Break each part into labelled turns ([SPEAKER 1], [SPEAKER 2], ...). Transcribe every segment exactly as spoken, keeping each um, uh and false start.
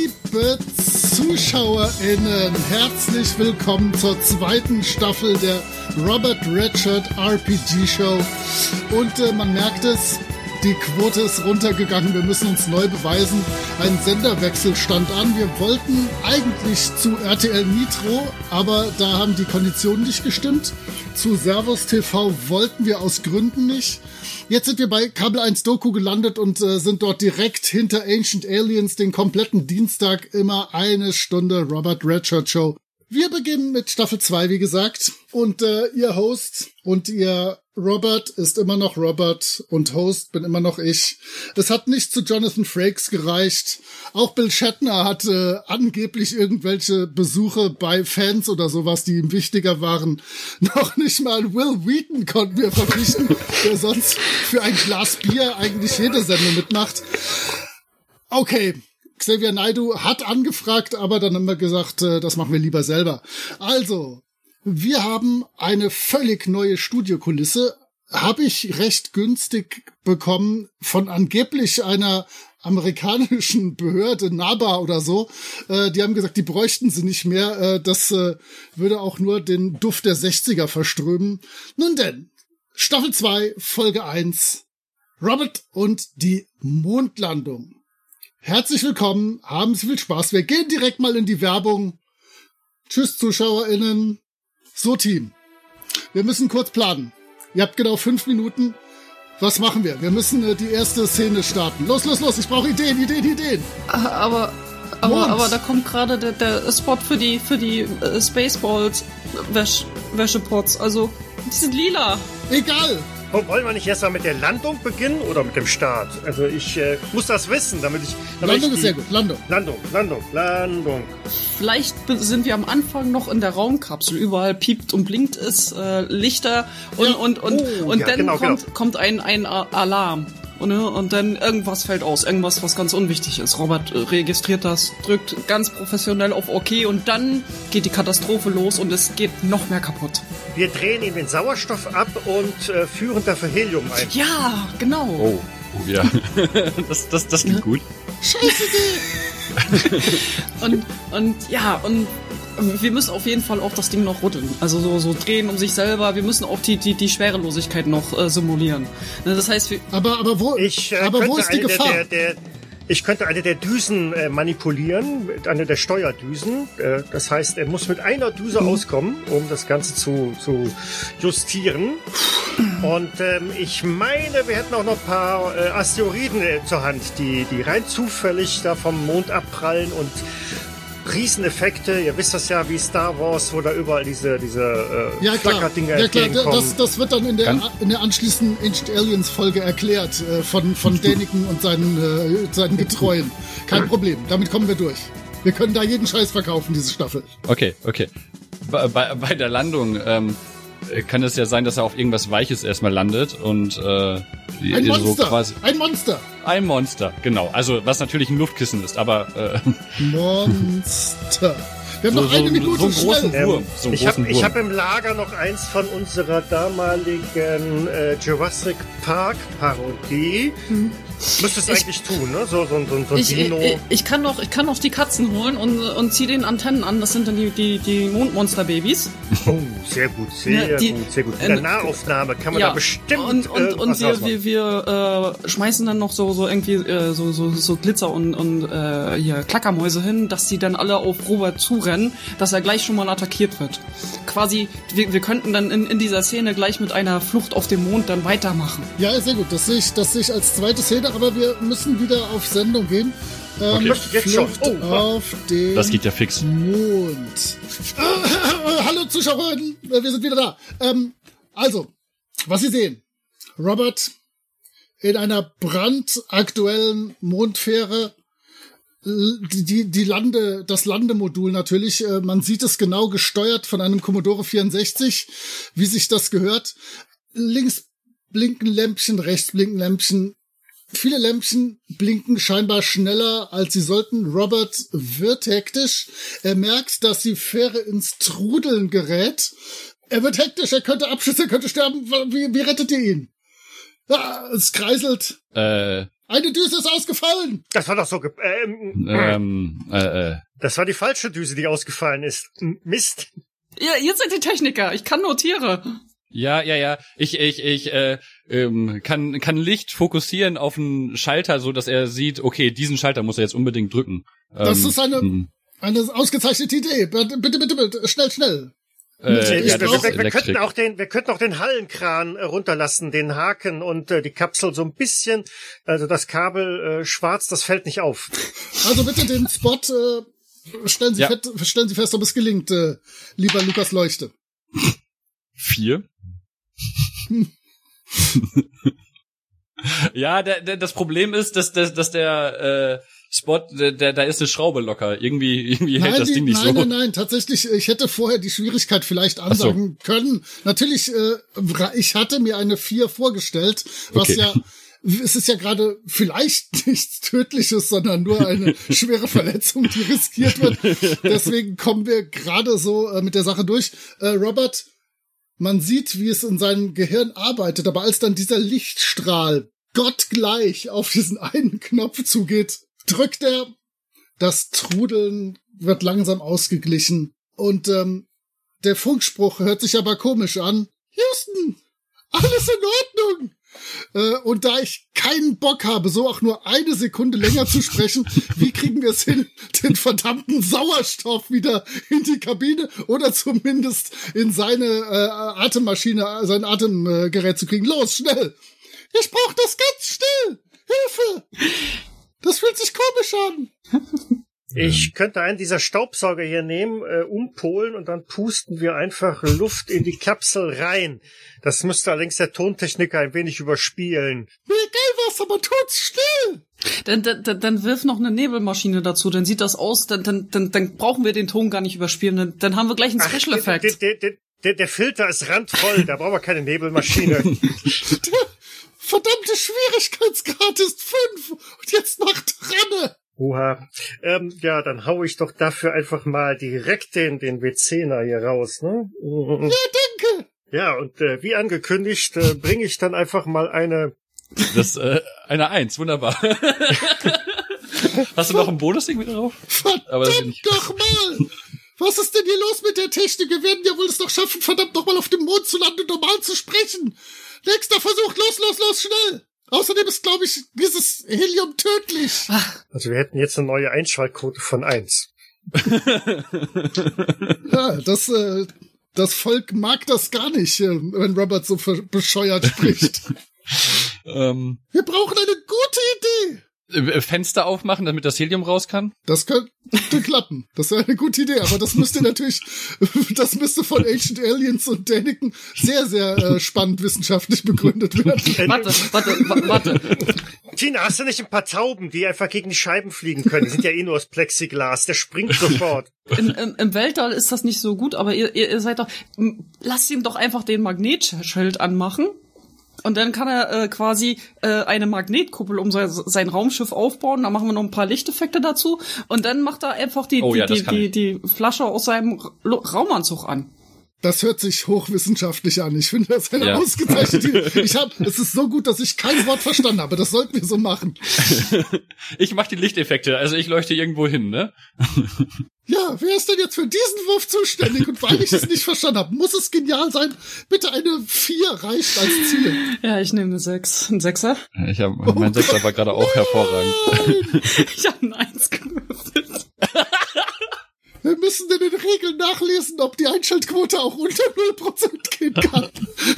[SPEAKER 1] Liebe ZuschauerInnen, herzlich willkommen zur zweiten Staffel der Robert Redshirt R P G Show. Und äh, man merkt es, die Quote ist runtergegangen, wir müssen uns neu beweisen. Ein Senderwechsel stand an. Wir wollten eigentlich zu R T L Nitro, aber da haben die Konditionen nicht gestimmt. Zu Servus T V wollten wir aus Gründen nicht. Jetzt sind wir bei Kabel eins Doku gelandet und äh, sind dort direkt hinter Ancient Aliens den kompletten Dienstag immer eine Stunde Robert Redshirt Show. Wir beginnen mit Staffel zwei, wie gesagt. Und äh, ihr Host und ihr Robert ist immer noch Robert und Host bin immer noch ich. Es hat nicht zu Jonathan Frakes gereicht. Auch Bill Shatner hatte äh, angeblich irgendwelche Besuche bei Fans oder sowas, die ihm wichtiger waren. Noch nicht mal Will Wheaton konnten wir verpflichten, der sonst für ein Glas Bier eigentlich jede Sendung mitmacht. Okay. Xavier Naidoo hat angefragt, aber dann haben wir gesagt, äh, das machen wir lieber selber. Also, wir haben eine völlig neue Studiokulisse, habe ich recht günstig bekommen von angeblich einer amerikanischen Behörde, N A B A oder so. Äh, die haben gesagt, die bräuchten sie nicht mehr. Äh, das äh, würde auch nur den Duft der sechziger verströmen. Nun denn, Staffel zwei, Folge eins, Robert und die Mondlandung. Herzlich willkommen, haben Sie viel Spaß. Wir gehen direkt mal in die Werbung. Tschüss, ZuschauerInnen. So, Team. Wir müssen kurz planen. Ihr habt genau fünf Minuten. Was machen wir? Wir müssen äh, die erste Szene starten. Los, los, los. Ich brauche Ideen, Ideen, Ideen.
[SPEAKER 2] Aber, aber, aber da kommt gerade der, der Spot für die, für die äh, Spaceballs Wäsch, Wäschepots. Also, die sind lila.
[SPEAKER 1] Egal.
[SPEAKER 3] Wollen wir nicht erst mal mit der Landung beginnen oder mit dem Start? Also ich äh, muss das wissen, damit ich... Damit
[SPEAKER 1] Landung
[SPEAKER 3] ich
[SPEAKER 1] ist sehr gut, Landung.
[SPEAKER 3] Landung, Landung, Landung.
[SPEAKER 2] Vielleicht sind wir am Anfang noch in der Raumkapsel. Überall piept und blinkt es, äh, Lichter und,
[SPEAKER 1] ja.
[SPEAKER 2] und, und,
[SPEAKER 3] oh,
[SPEAKER 2] und
[SPEAKER 3] ja,
[SPEAKER 2] dann
[SPEAKER 3] genau,
[SPEAKER 2] kommt,
[SPEAKER 3] genau.
[SPEAKER 2] kommt ein, ein Alarm. Und, und dann irgendwas fällt aus, irgendwas, was ganz unwichtig ist. Robert äh, registriert das, drückt ganz professionell auf OK und dann geht die Katastrophe los und es geht noch mehr kaputt.
[SPEAKER 3] Wir drehen ihm den Sauerstoff ab und äh, führen dafür Helium ein.
[SPEAKER 2] Ja, genau.
[SPEAKER 4] Oh, oh ja. das, das, das klingt gut.
[SPEAKER 1] Scheiße.
[SPEAKER 2] und, und ja, und wir müssen auf jeden Fall auch das Ding noch rütteln. Also so, so drehen um sich selber. Wir müssen auch die, die, die Schwerelosigkeit noch äh, simulieren. Das heißt, wir
[SPEAKER 1] aber, aber wo,
[SPEAKER 3] ich, äh,
[SPEAKER 1] aber wo
[SPEAKER 3] könnte
[SPEAKER 1] ist die
[SPEAKER 3] eine
[SPEAKER 1] Gefahr?
[SPEAKER 3] Der, der, der, ich könnte eine der Düsen äh, manipulieren, eine der Steuerdüsen. Äh, das heißt, er muss mit einer Düse
[SPEAKER 1] Mhm.
[SPEAKER 3] auskommen, um das Ganze zu, zu justieren. Und ähm, ich meine, wir hätten auch noch ein paar äh, Asteroiden äh, zur Hand, die, die rein zufällig da vom Mond abprallen und Rieseneffekte. Ihr wisst das ja, wie Star Wars, wo da überall diese, diese äh,
[SPEAKER 1] Ja klar,
[SPEAKER 3] Flackerdinger
[SPEAKER 1] ja, klar.
[SPEAKER 3] entgegenkommen.
[SPEAKER 1] Das, das wird dann in der,
[SPEAKER 4] Kann-
[SPEAKER 1] in der anschließenden Ancient Aliens Folge erklärt äh, von, von Däniken und seinen, äh, seinen Getreuen. Kein Problem, damit kommen wir durch. Wir können da jeden Scheiß verkaufen, diese Staffel.
[SPEAKER 4] Okay, okay. Bei, bei, bei der Landung ähm, kann es ja sein, dass er auf irgendwas Weiches erstmal landet und äh,
[SPEAKER 1] Ein
[SPEAKER 4] so
[SPEAKER 1] Monster!
[SPEAKER 4] quasi
[SPEAKER 1] Ein Monster!
[SPEAKER 4] ein Monster, genau. Also was natürlich ein Luftkissen ist, aber äh,
[SPEAKER 1] Monster! Wir haben
[SPEAKER 4] so,
[SPEAKER 1] noch eine
[SPEAKER 4] so,
[SPEAKER 1] Minute,
[SPEAKER 4] so einen großen
[SPEAKER 1] schnell!
[SPEAKER 4] Wurm. So einen
[SPEAKER 3] ich habe
[SPEAKER 4] großen Wurm.
[SPEAKER 3] hab im Lager noch eins von unserer damaligen äh, Jurassic Park Parodie.
[SPEAKER 1] Hm.
[SPEAKER 3] Müsstest du
[SPEAKER 2] Ich-
[SPEAKER 3] eigentlich tun, ne? So, so, so, so ein
[SPEAKER 2] Ich, ich,
[SPEAKER 3] Dino.
[SPEAKER 2] ich kann noch, ich kann noch die Katzen holen und, und zieh den Antennen an. Das sind dann die, die, die Mondmonster-Babys.
[SPEAKER 3] Oh, sehr gut, sehr
[SPEAKER 2] Ja, die-
[SPEAKER 3] gut, sehr gut. In
[SPEAKER 2] äh,
[SPEAKER 3] der Nahaufnahme kann man da bestimmt
[SPEAKER 2] und, und, und
[SPEAKER 3] irgendwas
[SPEAKER 2] wir,
[SPEAKER 3] rausmachen.
[SPEAKER 2] wir, wir äh, schmeißen dann noch so, so irgendwie äh, so, so, so Glitzer und, und äh, hier Klackermäuse hin, dass die dann alle auf Robert zurennen, dass er gleich schon mal attackiert wird. Quasi, wir, wir könnten dann in, in dieser Szene gleich mit einer Flucht auf dem Mond dann weitermachen.
[SPEAKER 1] Ja, sehr gut. Das sehe ich, das sehe ich als zweite Szene, aber wir müssen wieder auf Sendung gehen. Ähm,
[SPEAKER 4] Okay.
[SPEAKER 3] Möchte jetzt schon.
[SPEAKER 1] Flucht
[SPEAKER 3] Oh,
[SPEAKER 1] auf den
[SPEAKER 4] Das geht ja fix.
[SPEAKER 1] Mond. Äh, äh, hallo Zuschauerinnen, äh, wir sind wieder da. Ähm, also, was Sie sehen. Robert in einer brandaktuellen Mondfähre, die, die, die Lande, das Landemodul natürlich, äh, man sieht es genau gesteuert von einem Commodore vierundsechzig, wie sich das gehört. Links blinken Lämpchen, rechts blinken Lämpchen. Viele Lämpchen blinken scheinbar schneller, als sie sollten. Robert wird hektisch. Er merkt, dass die Fähre ins Trudeln gerät. Er wird hektisch, er könnte abschießen, er könnte sterben. Wie, wie rettet ihr ihn? Ah, es kreiselt.
[SPEAKER 4] Äh,
[SPEAKER 1] Eine Düse ist ausgefallen!
[SPEAKER 3] Das war doch so... Ge ähm,
[SPEAKER 4] Ähm, äh, äh.
[SPEAKER 3] Das war die falsche Düse, die ausgefallen ist. Mist.
[SPEAKER 2] Ja, jetzt sind die Techniker. Ich kann nur Tiere.
[SPEAKER 4] Ja, ja, ja. Ich, ich, ich äh, ähm, kann kann Licht fokussieren auf einen Schalter, so dass er sieht, okay, diesen Schalter muss er jetzt unbedingt drücken.
[SPEAKER 1] Das
[SPEAKER 4] ähm,
[SPEAKER 1] ist eine,
[SPEAKER 4] hm.
[SPEAKER 1] eine ausgezeichnete Idee. Bitte, bitte, bitte, bitte. Schnell, schnell.
[SPEAKER 4] Äh,
[SPEAKER 1] Ich
[SPEAKER 4] ja, das
[SPEAKER 1] brauch-
[SPEAKER 4] ist
[SPEAKER 3] wir, wir,
[SPEAKER 4] Elektrik.
[SPEAKER 3] könnten auch den, wir könnten auch den Hallenkran äh, runterlassen, den Haken und äh, die Kapsel so ein bisschen, also das Kabel äh, schwarz, das fällt nicht auf.
[SPEAKER 1] Also bitte den Spot, äh, stellen Sie,
[SPEAKER 4] Ja.
[SPEAKER 1] fett, stellen Sie fest, ob es gelingt, äh, lieber Lukas Leuchte.
[SPEAKER 4] Vier. Ja, der, der, das Problem ist, dass, dass, dass der äh, Spot, der, der, da ist eine Schraube locker. Irgendwie, irgendwie hält
[SPEAKER 1] Nein,
[SPEAKER 4] das
[SPEAKER 1] die,
[SPEAKER 4] Ding nicht
[SPEAKER 1] nein,
[SPEAKER 4] so.
[SPEAKER 1] nein, nein, tatsächlich, ich hätte vorher die Schwierigkeit vielleicht ansagen können. Natürlich, äh, ich hatte mir eine vier vorgestellt, was
[SPEAKER 4] Okay.
[SPEAKER 1] ja, es ist ja gerade vielleicht nichts Tödliches, sondern nur eine schwere Verletzung, die riskiert wird. Deswegen kommen wir gerade so äh, mit der Sache durch. Äh, Robert, man sieht, wie es in seinem Gehirn arbeitet, aber als dann dieser Lichtstrahl gottgleich auf diesen einen Knopf zugeht, drückt er, das Trudeln wird langsam ausgeglichen und ähm, der Funkspruch hört sich aber komisch an. Houston, alles in Ordnung. Äh, und da ich keinen Bock habe, so auch nur eine Sekunde länger zu sprechen, wie kriegen wir es hin, den verdammten Sauerstoff wieder in die Kabine oder zumindest in seine äh, Atemmaschine, sein Atemgerät zu kriegen? Los, schnell! Ich brauch das ganz schnell! Hilfe! Das fühlt sich komisch an.
[SPEAKER 3] Ich könnte einen dieser Staubsauger hier nehmen, äh, umpolen und dann pusten wir einfach Luft in die Kapsel rein. Das müsste allerdings der Tontechniker ein wenig überspielen.
[SPEAKER 1] Mir egal was, aber tut's schnell!
[SPEAKER 2] Dann, dann, dann wirf noch eine Nebelmaschine dazu, dann sieht das aus, dann, dann, dann, dann brauchen wir den Ton gar nicht überspielen, dann, dann haben wir gleich einen
[SPEAKER 3] Ach,
[SPEAKER 2] Special
[SPEAKER 3] der,
[SPEAKER 2] Effect.
[SPEAKER 3] der, der, der, der Filter ist randvoll, da brauchen wir keine Nebelmaschine.
[SPEAKER 1] Der verdammte Schwierigkeitsgrad ist fünf und jetzt macht Ranne!
[SPEAKER 3] Oha. Ähm, ja, dann hau ich doch dafür einfach mal direkt den, den W zehner hier raus, ne?
[SPEAKER 1] Ja, danke!
[SPEAKER 3] Ja, und äh, wie angekündigt, äh, bringe ich dann einfach mal eine...
[SPEAKER 4] Das äh, eine Eins, wunderbar. Hast du noch ein Bonusding mit drauf? Aber das
[SPEAKER 1] Verdammt
[SPEAKER 4] nicht.
[SPEAKER 1] doch mal! Was ist denn hier los mit der Technik? Wir werden ja wohl es doch schaffen, verdammt noch mal auf dem Mond zu landen und normal zu sprechen. Nächster Versuch, los, los, los, schnell! Außerdem ist, glaube ich, dieses Helium tödlich.
[SPEAKER 3] Also wir hätten jetzt eine neue Einschaltquote von eins.
[SPEAKER 1] Ja, das, äh, das Volk mag das gar nicht, äh, wenn Robert so ver- bescheuert spricht.
[SPEAKER 4] ähm,
[SPEAKER 1] Wir brauchen eine gute Idee.
[SPEAKER 4] äh, Fenster aufmachen, damit das Helium raus kann?
[SPEAKER 1] Das könnte klappen. Das wäre eine gute Idee, aber das müsste natürlich, das müsste von Ancient Aliens und Däniken sehr, sehr äh, spannend wissenschaftlich begründet werden.
[SPEAKER 2] Warte, warte, wa- warte.
[SPEAKER 3] Tina, hast du nicht ein paar Tauben, die einfach gegen die Scheiben fliegen können? Die sind ja eh nur aus Plexiglas. Der springt sofort.
[SPEAKER 2] In, im, Im Weltall ist das nicht so gut, aber ihr, ihr, ihr seid doch, m, lasst ihm doch einfach den Magnetschild anmachen. Und dann kann er äh, quasi äh, eine Magnetkuppel um sein, sein Raumschiff aufbauen. Da machen wir noch ein paar Lichteffekte dazu. Und dann macht er einfach die,
[SPEAKER 4] Oh
[SPEAKER 2] die,
[SPEAKER 4] ja, das
[SPEAKER 2] die,
[SPEAKER 4] kann
[SPEAKER 2] die,
[SPEAKER 4] ich.
[SPEAKER 2] die Flasche aus seinem Ra- Raumanzug an.
[SPEAKER 1] Das hört sich hochwissenschaftlich an. Ich finde das eine
[SPEAKER 4] Ja.
[SPEAKER 1] ausgezeichnete Idee. Ich hab, es ist so gut, dass ich kein Wort verstanden habe. Das sollten wir so machen.
[SPEAKER 4] Ich mach die Lichteffekte, also ich leuchte irgendwo hin, ne?
[SPEAKER 1] Ja, wer ist denn jetzt für diesen Wurf zuständig? Und weil ich es nicht verstanden habe, muss es genial sein. Bitte eine vier reicht als Ziel.
[SPEAKER 2] Ja, ich nehme eine sechs. Ein Sechser?
[SPEAKER 4] Ich habe mein Sechser war gerade auch hervorragend.
[SPEAKER 2] Ich habe ein Eins gewürfelt.
[SPEAKER 1] Wir müssen in den Regeln nachlesen, ob die Einschaltquote auch unter null Prozent gehen kann.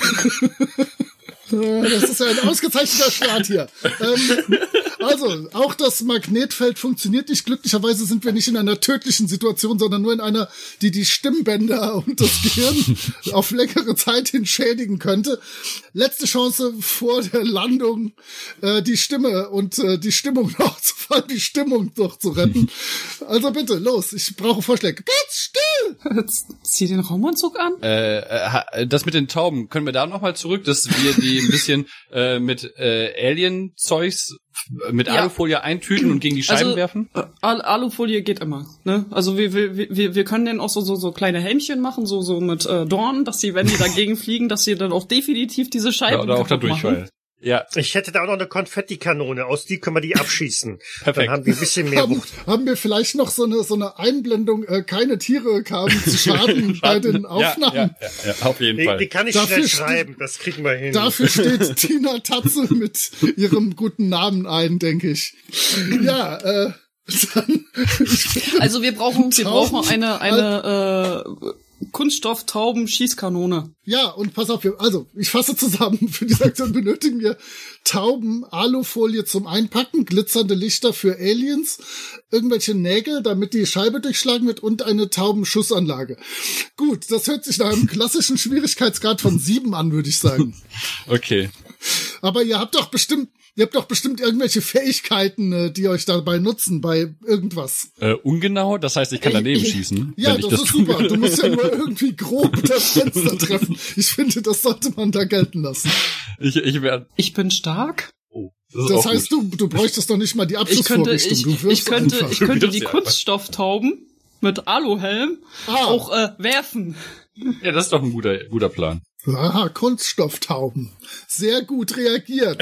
[SPEAKER 1] Das ist ja ein ausgezeichneter Start hier. Ähm, also, auch das Magnetfeld funktioniert nicht. Glücklicherweise sind wir nicht in einer tödlichen Situation, sondern nur in einer, die die Stimmbänder und das Gehirn auf längere Zeit hin schädigen könnte. Letzte Chance vor der Landung, äh, die Stimme und äh, die Stimmung noch zu vor allem die Stimmung noch zu retten. Also bitte, los, ich brauche Vorschläge. Ganz still!
[SPEAKER 2] Jetzt zieh den Raumanzug an.
[SPEAKER 4] Äh, äh, ha- das mit den Tauben, können wir da nochmal zurück, dass wir die ein bisschen äh, mit äh, Alien-Zeugs mit
[SPEAKER 2] Ja.
[SPEAKER 4] Alufolie eintüten und gegen die Scheiben
[SPEAKER 2] Also,
[SPEAKER 4] werfen?
[SPEAKER 2] äh, Al Alufolie geht immer, ne? Also wir, wir, wir, wir können denen auch so, so, so kleine Helmchen machen, so, so mit äh, Dornen, dass sie, wenn die dagegen fliegen, dass sie dann auch definitiv diese Scheiben
[SPEAKER 4] Ja, oder auch da
[SPEAKER 2] kaputt machen.
[SPEAKER 4] durchfallen. Ja.
[SPEAKER 3] Ich hätte da auch noch eine Konfettikanone, aus die können wir die abschießen.
[SPEAKER 4] Perfekt.
[SPEAKER 3] Dann haben wir ein bisschen mehr
[SPEAKER 1] Haben,
[SPEAKER 3] Wucht.
[SPEAKER 1] haben wir vielleicht noch so eine so eine Einblendung, äh, keine Tiere kamen zu Schaden bei den Aufnahmen.
[SPEAKER 4] Ja, ja, ja, ja, auf jeden
[SPEAKER 3] Die,
[SPEAKER 4] Fall.
[SPEAKER 3] die kann ich
[SPEAKER 1] Dafür
[SPEAKER 3] schnell
[SPEAKER 1] steht-
[SPEAKER 3] schreiben, das kriegen wir hin.
[SPEAKER 1] Dafür steht Tina Tatze mit ihrem guten Namen ein, denke ich. Ja, äh, dann,
[SPEAKER 2] Also wir brauchen, wir
[SPEAKER 1] Tauben-
[SPEAKER 2] brauchen eine, eine äh, Kunststofftauben-Schießkanone.
[SPEAKER 1] ja, und pass auf, wir- also ich fasse zusammen, für diese Aktion benötigen wir Tauben, Alufolie zum Einpacken, glitzernde Lichter für Aliens, irgendwelche Nägel, damit die Scheibe durchschlagen wird und eine Taubenschussanlage. Gut, das hört sich nach einem klassischen Schwierigkeitsgrad von sieben an, würde ich sagen.
[SPEAKER 4] Okay.
[SPEAKER 1] Aber ihr habt doch bestimmt, ihr habt doch bestimmt irgendwelche Fähigkeiten, äh, die euch dabei nutzen, bei irgendwas.
[SPEAKER 4] Äh, ungenau, das heißt, ich kann daneben schießen.
[SPEAKER 1] Ja,
[SPEAKER 4] wenn ich
[SPEAKER 1] das,
[SPEAKER 4] das
[SPEAKER 1] ist
[SPEAKER 4] tun
[SPEAKER 1] super.
[SPEAKER 4] würde.
[SPEAKER 1] Du musst ja nur irgendwie grob das Fenster treffen. Ich finde, das sollte man da gelten lassen.
[SPEAKER 4] Ich, ich werde.
[SPEAKER 2] Ich bin stark.
[SPEAKER 4] Oh, das ist
[SPEAKER 1] Das
[SPEAKER 4] auch
[SPEAKER 1] heißt,
[SPEAKER 4] gut.
[SPEAKER 1] du, du bräuchtest doch nicht mal die
[SPEAKER 2] Ich könnte,
[SPEAKER 1] Abschussvorrichtung.
[SPEAKER 2] ich,
[SPEAKER 1] Du wirfst
[SPEAKER 2] ich könnte,
[SPEAKER 1] einfach.
[SPEAKER 2] ich könnte
[SPEAKER 4] Du
[SPEAKER 2] die
[SPEAKER 4] wirfst sie einfach.
[SPEAKER 2] Kunststofftauben mit Aluhelm
[SPEAKER 1] Ah.
[SPEAKER 2] auch äh, werfen.
[SPEAKER 4] Ja, das ist doch ein guter, guter Plan.
[SPEAKER 1] Aha, Kunststofftauben. Sehr gut reagiert,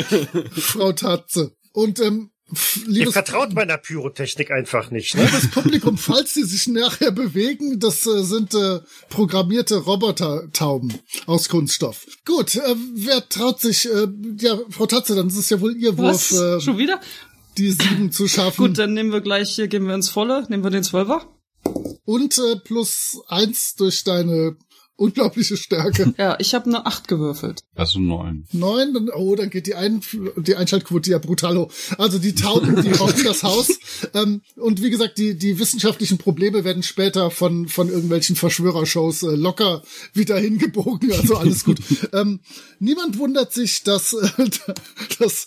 [SPEAKER 1] Frau Tatze. Und ähm, f-
[SPEAKER 3] Ihr
[SPEAKER 1] liebes
[SPEAKER 3] vertraut meiner Pyrotechnik einfach nicht, ne?
[SPEAKER 1] liebes Publikum, falls sie sich nachher bewegen, das äh, sind äh, programmierte Robotertauben aus Kunststoff. Gut, äh, wer traut sich, äh, ja, Frau Tatze, dann ist es ja wohl Ihr
[SPEAKER 2] Was?
[SPEAKER 1] Wurf, äh,
[SPEAKER 2] Schon wieder?
[SPEAKER 1] die sieben zu schaffen.
[SPEAKER 2] Gut, dann nehmen wir gleich, hier gehen wir ins Volle, nehmen wir den Zwölfer.
[SPEAKER 1] Und äh, plus eins durch deine unglaubliche Stärke.
[SPEAKER 2] Ja, ich habe eine acht gewürfelt.
[SPEAKER 4] Das ist ein neun.
[SPEAKER 1] Neun, dann, oh, dann geht die, Ein die Einschaltquote ja brutal hoch. Also die Tauben, die rocken das Haus. Ähm, und wie gesagt, die, die wissenschaftlichen Probleme werden später von, von irgendwelchen Verschwörershows äh, locker wieder hingebogen. Also alles gut. ähm, niemand wundert sich, dass, äh, dass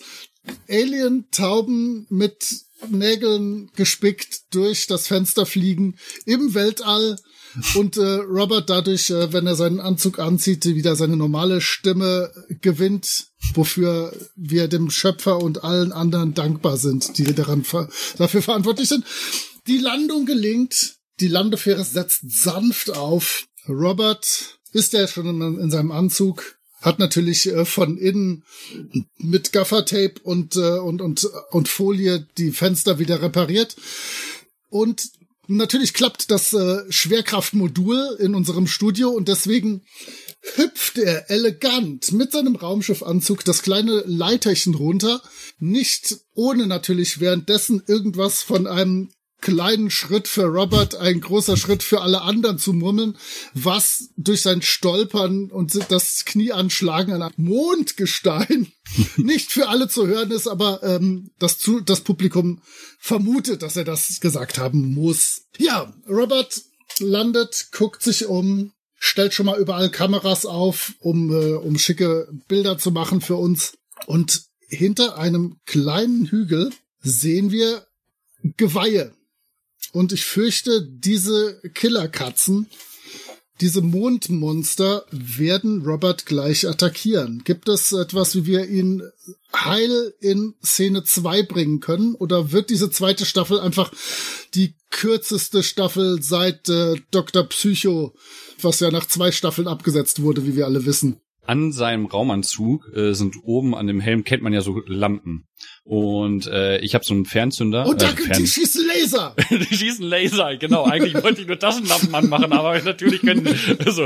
[SPEAKER 1] Alien-Tauben mit Nägeln gespickt durch das Fenster fliegen im Weltall und äh, Robert dadurch, äh, wenn er seinen Anzug anzieht, wieder seine normale Stimme gewinnt, wofür wir dem Schöpfer und allen anderen dankbar sind, die daran ver dafür verantwortlich sind. Die Landung gelingt, die Landefähre setzt sanft auf. Robert ist ja schon in, in seinem Anzug, hat natürlich äh, von innen mit Gaffertape und, äh, und, und, und Folie die Fenster wieder repariert. Und natürlich klappt das äh, Schwerkraftmodul in unserem Studio und deswegen hüpft er elegant mit seinem Raumschiffanzug das kleine Leiterchen runter, nicht ohne natürlich währenddessen irgendwas von einem kleinen Schritt für Robert, ein großer Schritt für alle anderen zu murmeln, was durch sein Stolpern und das Knieanschlagen an einem Mondgestein nicht für alle zu hören ist, aber ähm, das, zu, das Publikum vermutet, dass er das gesagt haben muss. Ja, Robert landet, guckt sich um, stellt schon mal überall Kameras auf, um, äh, um schicke Bilder zu machen für uns. Und hinter einem kleinen Hügel sehen wir Geweihe. Und ich fürchte, diese Killerkatzen, diese Mondmonster werden Robert gleich attackieren. Gibt es etwas, wie wir ihn heil in Szene zwei bringen können? Oder wird diese zweite Staffel einfach die kürzeste Staffel seit äh, Doktor Psycho, was ja nach zwei Staffeln abgesetzt wurde, wie wir alle wissen?
[SPEAKER 4] An seinem Raumanzug äh, sind oben an dem Helm, kennt man ja so Lampen. Und äh, ich habe so einen Fernzünder.
[SPEAKER 1] Und da
[SPEAKER 4] äh,
[SPEAKER 1] gibt
[SPEAKER 4] Fern
[SPEAKER 1] die schießen Laser!
[SPEAKER 4] Die schießen Laser, genau. Eigentlich wollte ich nur Taschenlampen anmachen, aber natürlich können. Also.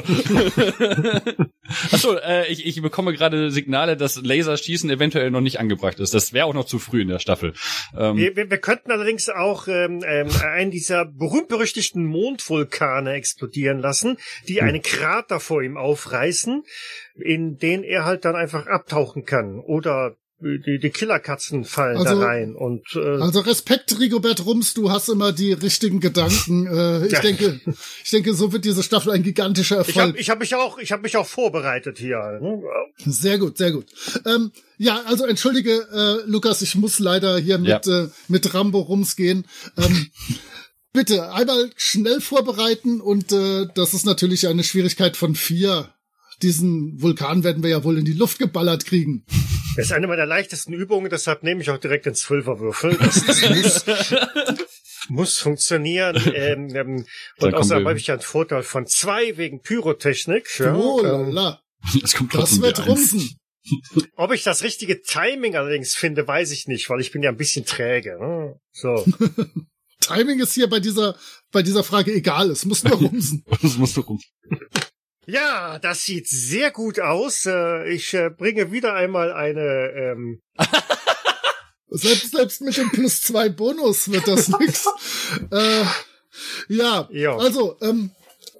[SPEAKER 4] Achso, äh, ich, ich bekomme gerade Signale, dass Laserschießen eventuell noch nicht angebracht ist. Das wäre auch noch zu früh in der Staffel. Ähm,
[SPEAKER 3] Wir, wir, wir könnten allerdings auch ähm, ähm, einen dieser berühmt-berüchtigten Mondvulkane explodieren lassen, die einen Krater vor ihm aufreißen, in den er halt dann einfach abtauchen kann. Oder die, die Killerkatzen fallen
[SPEAKER 1] Also-
[SPEAKER 3] da rein. Und äh,
[SPEAKER 1] Also Respekt, Rigobert Rums, du hast immer die richtigen Gedanken. Äh, ich
[SPEAKER 3] Ja.
[SPEAKER 1] denke, ich denke, so wird diese Staffel ein gigantischer
[SPEAKER 3] ich habe
[SPEAKER 1] Erfolg.
[SPEAKER 3] ich hab mich auch, ich habe mich auch vorbereitet hier. Ne?
[SPEAKER 1] Sehr gut, sehr gut. Ähm, ja, also entschuldige, äh, Lukas, ich muss leider hier mit
[SPEAKER 4] Ja.
[SPEAKER 1] äh, mit Rambo Rums gehen. Ähm, bitte einmal schnell vorbereiten und äh, das ist natürlich eine Schwierigkeit von vier. Diesen Vulkan werden wir ja wohl in die Luft geballert kriegen.
[SPEAKER 3] Das ist eine meiner leichtesten Übungen, deshalb nehme ich auch direkt den Zwölferwürfel. Das, das muss, muss funktionieren. Ähm, ähm, und
[SPEAKER 4] kommen
[SPEAKER 3] außerdem
[SPEAKER 4] wir-
[SPEAKER 3] habe ich ja einen Vorteil von zwei wegen Pyrotechnik. Ja,
[SPEAKER 1] Oh
[SPEAKER 3] ähm,
[SPEAKER 1] lala,
[SPEAKER 4] das kommt
[SPEAKER 1] das
[SPEAKER 4] trotzdem
[SPEAKER 1] wird
[SPEAKER 4] wie eins.
[SPEAKER 1] rumsen.
[SPEAKER 3] Ob ich das richtige Timing allerdings finde, weiß ich nicht, weil ich bin ja ein bisschen träge. Ne? So.
[SPEAKER 1] Timing ist hier bei dieser, bei dieser Frage egal. Es muss nur rumsen.
[SPEAKER 4] Es muss nur rumsen.
[SPEAKER 3] Ja, das sieht sehr gut aus. Ich bringe wieder einmal eine... Ähm
[SPEAKER 1] selbst, selbst mit dem plus zwei Bonus wird das nix. äh, ja, jo. also, ähm,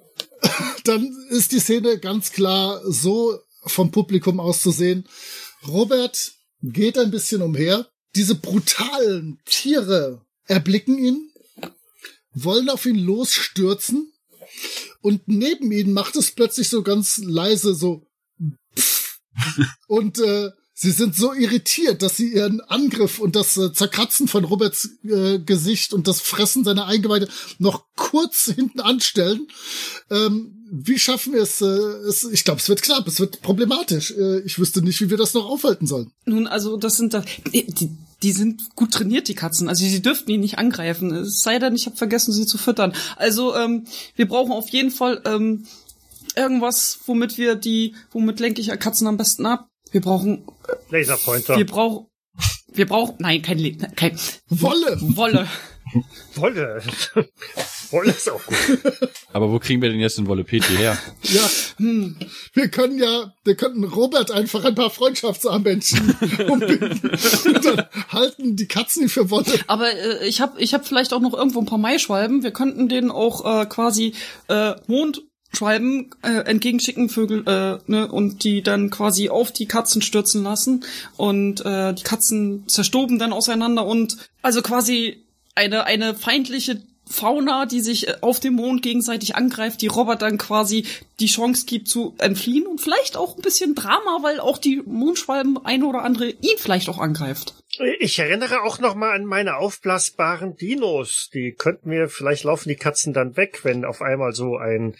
[SPEAKER 1] dann ist die Szene ganz klar so vom Publikum aus zu sehen. Robert geht ein bisschen umher. Diese brutalen Tiere erblicken ihn, wollen auf ihn losstürzen. Und neben ihnen macht es plötzlich so ganz leise so pff. Und äh, sie sind so irritiert, dass sie ihren Angriff und das äh, Zerkratzen von Roberts äh, Gesicht und das Fressen seiner Eingeweide noch kurz hinten anstellen. Ähm, wie schaffen wir es? Äh, es ich glaube, es wird knapp, es wird problematisch. Äh, ich wüsste nicht, wie wir das noch aufhalten sollen.
[SPEAKER 2] Nun, also das sind da... Die Die sind gut trainiert, die Katzen. Also sie dürften ihn nicht angreifen. Es sei denn, ich habe vergessen, sie zu füttern. Also ähm, wir brauchen auf jeden Fall ähm, irgendwas, womit wir die, womit lenke ich Katzen am besten ab? Wir brauchen
[SPEAKER 3] äh, Laserpointer.
[SPEAKER 2] Wir brauchen, wir brauchen, nein, kein, Le kein
[SPEAKER 1] Wolle.
[SPEAKER 2] Wolle.
[SPEAKER 3] Wolle. Wolle ist auch gut.
[SPEAKER 4] Aber wo kriegen wir denn jetzt den Wolle-Peti her?
[SPEAKER 1] Ja, hm. wir können ja, wir könnten Robert einfach ein paar Freundschaftsarmbändchen umbinden und dann halten die Katzen ihn für Wolle.
[SPEAKER 2] Aber äh, ich habe ich hab vielleicht auch noch irgendwo ein paar Maischwalben. Wir könnten denen auch äh, quasi äh, Mondschwalben äh, entgegenschicken, Vögel, äh, ne, und die dann quasi auf die Katzen stürzen lassen. Und äh, die Katzen zerstoben dann auseinander und also quasi eine eine feindliche Fauna, die sich auf dem Mond gegenseitig angreift, die Robert dann quasi die Chance gibt zu entfliehen und vielleicht auch ein bisschen Drama, weil auch die Mondschwalben eine oder andere ihn vielleicht auch angreift.
[SPEAKER 3] Ich erinnere auch noch mal an meine aufblasbaren Dinos. Die könnten wir, vielleicht laufen die Katzen dann weg, wenn auf einmal so ein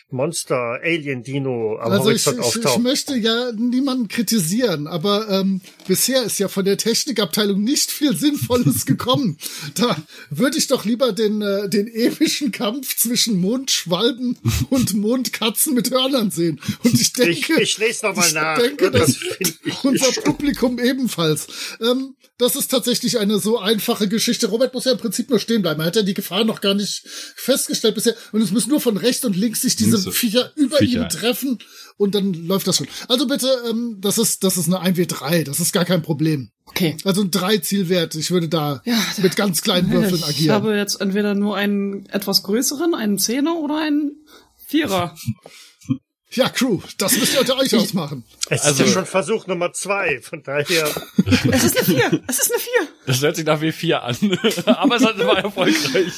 [SPEAKER 3] Monster-Alien-Dino am
[SPEAKER 1] also
[SPEAKER 3] Horizont
[SPEAKER 1] ich,
[SPEAKER 3] auftaucht.
[SPEAKER 1] Ich möchte ja niemanden kritisieren, aber ähm, bisher ist ja von der Technikabteilung nicht viel Sinnvolles gekommen. Da würde ich doch lieber den, äh, den epischen Kampf zwischen Mondschwalben und Mondkatzen mit Hörnern sehen. Und ich denke,
[SPEAKER 3] ich, ich lese noch mal
[SPEAKER 1] ich
[SPEAKER 3] nach.
[SPEAKER 1] denke, dass
[SPEAKER 3] das
[SPEAKER 1] unser Publikum ebenfalls. Ähm, Das ist tatsächlich eine so einfache Geschichte. Robert muss ja im Prinzip nur stehen bleiben. Er hat ja die Gefahr noch gar nicht festgestellt bisher. Und es müssen nur von rechts und links sich diese
[SPEAKER 4] Links,
[SPEAKER 1] Viecher über
[SPEAKER 4] Viecher.
[SPEAKER 1] ihn treffen. Und dann läuft das schon. Also bitte, ähm, das ist das ist eine eins W drei. Das ist gar kein Problem.
[SPEAKER 2] Okay.
[SPEAKER 1] Also ein drei Zielwert. Ich würde da
[SPEAKER 2] Ja,
[SPEAKER 1] mit ganz kleinen Würfeln
[SPEAKER 2] ich
[SPEAKER 1] agieren.
[SPEAKER 2] Ich habe jetzt entweder nur einen etwas größeren, einen Zehner oder einen Vierer.
[SPEAKER 1] Ja, Crew, das müsst ihr unter euch ausmachen.
[SPEAKER 3] Es
[SPEAKER 4] Also-
[SPEAKER 3] ist ja schon Versuch Nummer zwei, von daher...
[SPEAKER 2] Es ist eine Vier. Es ist eine Vier.
[SPEAKER 4] Das hört sich nach W vier an. Aber es war erfolgreich.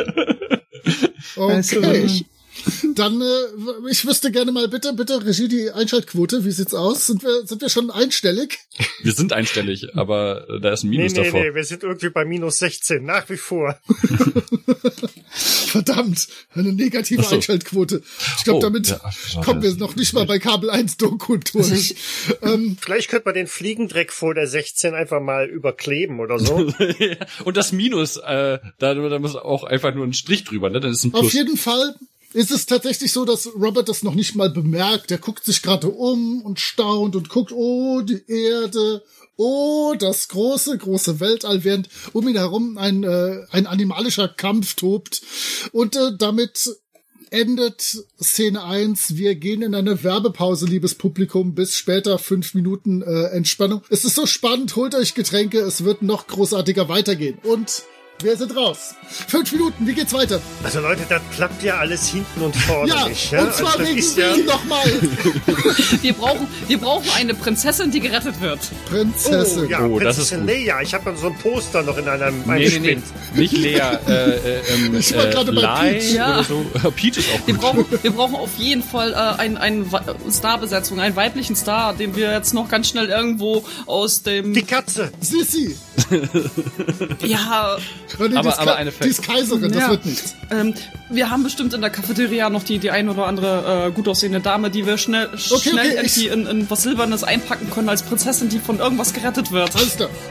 [SPEAKER 1] Okay. Dann, äh, ich wüsste gerne mal, bitte, bitte, Regie, die Einschaltquote, wie sieht's aus? Sind wir, sind wir schon einstellig?
[SPEAKER 4] Wir sind einstellig, aber äh, da ist ein
[SPEAKER 3] Nee,
[SPEAKER 4] Minus
[SPEAKER 3] nee,
[SPEAKER 4] davor.
[SPEAKER 3] nee, wir sind irgendwie bei minus sechzehn, nach wie vor.
[SPEAKER 1] Verdammt, eine negative
[SPEAKER 4] Ach so.
[SPEAKER 1] Einschaltquote. Ich glaube,
[SPEAKER 4] Oh,
[SPEAKER 1] damit
[SPEAKER 4] ja, schade.
[SPEAKER 1] kommen wir noch nicht mal bei Kabel eins Doku durch. ähm,
[SPEAKER 3] Vielleicht könnte man den Fliegendreck vor der sechzehn einfach mal überkleben oder so.
[SPEAKER 4] Und das Minus, äh, da, da muss auch einfach nur ein Strich drüber, ne? Dann ist ein
[SPEAKER 1] auf
[SPEAKER 4] Plus.
[SPEAKER 1] jeden Fall ist es tatsächlich so, dass Robert das noch nicht mal bemerkt. Er guckt sich gerade um und staunt und guckt, oh, die Erde, oh, das große, große Weltall, während um ihn herum ein, äh, ein animalischer Kampf tobt. Und äh, damit endet Szene eins. Wir gehen in eine Werbepause, liebes Publikum, bis später fünf Minuten äh, Entspannung. Es ist so spannend, holt euch Getränke, es wird noch großartiger weitergehen. Und wir sind raus. Fünf Minuten, wie geht's weiter?
[SPEAKER 3] Also Leute, das klappt ja alles hinten und vorne
[SPEAKER 1] Ja,
[SPEAKER 3] nicht. Ja?
[SPEAKER 1] und zwar
[SPEAKER 3] also das
[SPEAKER 1] wegen
[SPEAKER 3] ist ja...
[SPEAKER 1] Wien nochmal.
[SPEAKER 2] Wir brauchen, wir brauchen eine Prinzessin, die gerettet wird.
[SPEAKER 1] Prinzessin.
[SPEAKER 3] Oh, ja,
[SPEAKER 4] Oh, das
[SPEAKER 3] Prinzessin
[SPEAKER 4] ist gut.
[SPEAKER 3] Leia. Ich habe dann so ein Poster noch in einem
[SPEAKER 4] Nee, nee, nee,
[SPEAKER 3] eingespielt.
[SPEAKER 4] nicht Lea, äh, äh, ähm,
[SPEAKER 1] Ich war
[SPEAKER 4] äh,
[SPEAKER 1] gerade bei
[SPEAKER 4] Lai
[SPEAKER 1] Peach.
[SPEAKER 2] Ja.
[SPEAKER 4] oder so. Peach ist auch
[SPEAKER 2] Wir
[SPEAKER 4] gut.
[SPEAKER 2] brauchen, wir brauchen auf jeden Fall äh, ein, ein Starbesetzung, einen weiblichen Star, den wir jetzt noch ganz schnell irgendwo aus dem...
[SPEAKER 3] Die Katze.
[SPEAKER 1] Sissi.
[SPEAKER 2] Ja,
[SPEAKER 1] Oh, nee,
[SPEAKER 4] Aber-
[SPEAKER 1] die ist
[SPEAKER 4] aber
[SPEAKER 1] Ka-
[SPEAKER 4] eine
[SPEAKER 1] die ist Kaiserin, das
[SPEAKER 2] Ja.
[SPEAKER 1] wird nichts.
[SPEAKER 2] ähm, wir haben bestimmt in der Cafeteria noch die, die ein oder andere äh, gut aussehende Dame, die wir schnell,
[SPEAKER 1] Okay,
[SPEAKER 2] schnell
[SPEAKER 1] okay,
[SPEAKER 2] irgendwie
[SPEAKER 1] ich-
[SPEAKER 2] in, in was Silbernes einpacken können als Prinzessin, die von irgendwas gerettet wird.
[SPEAKER 1] Alles klar.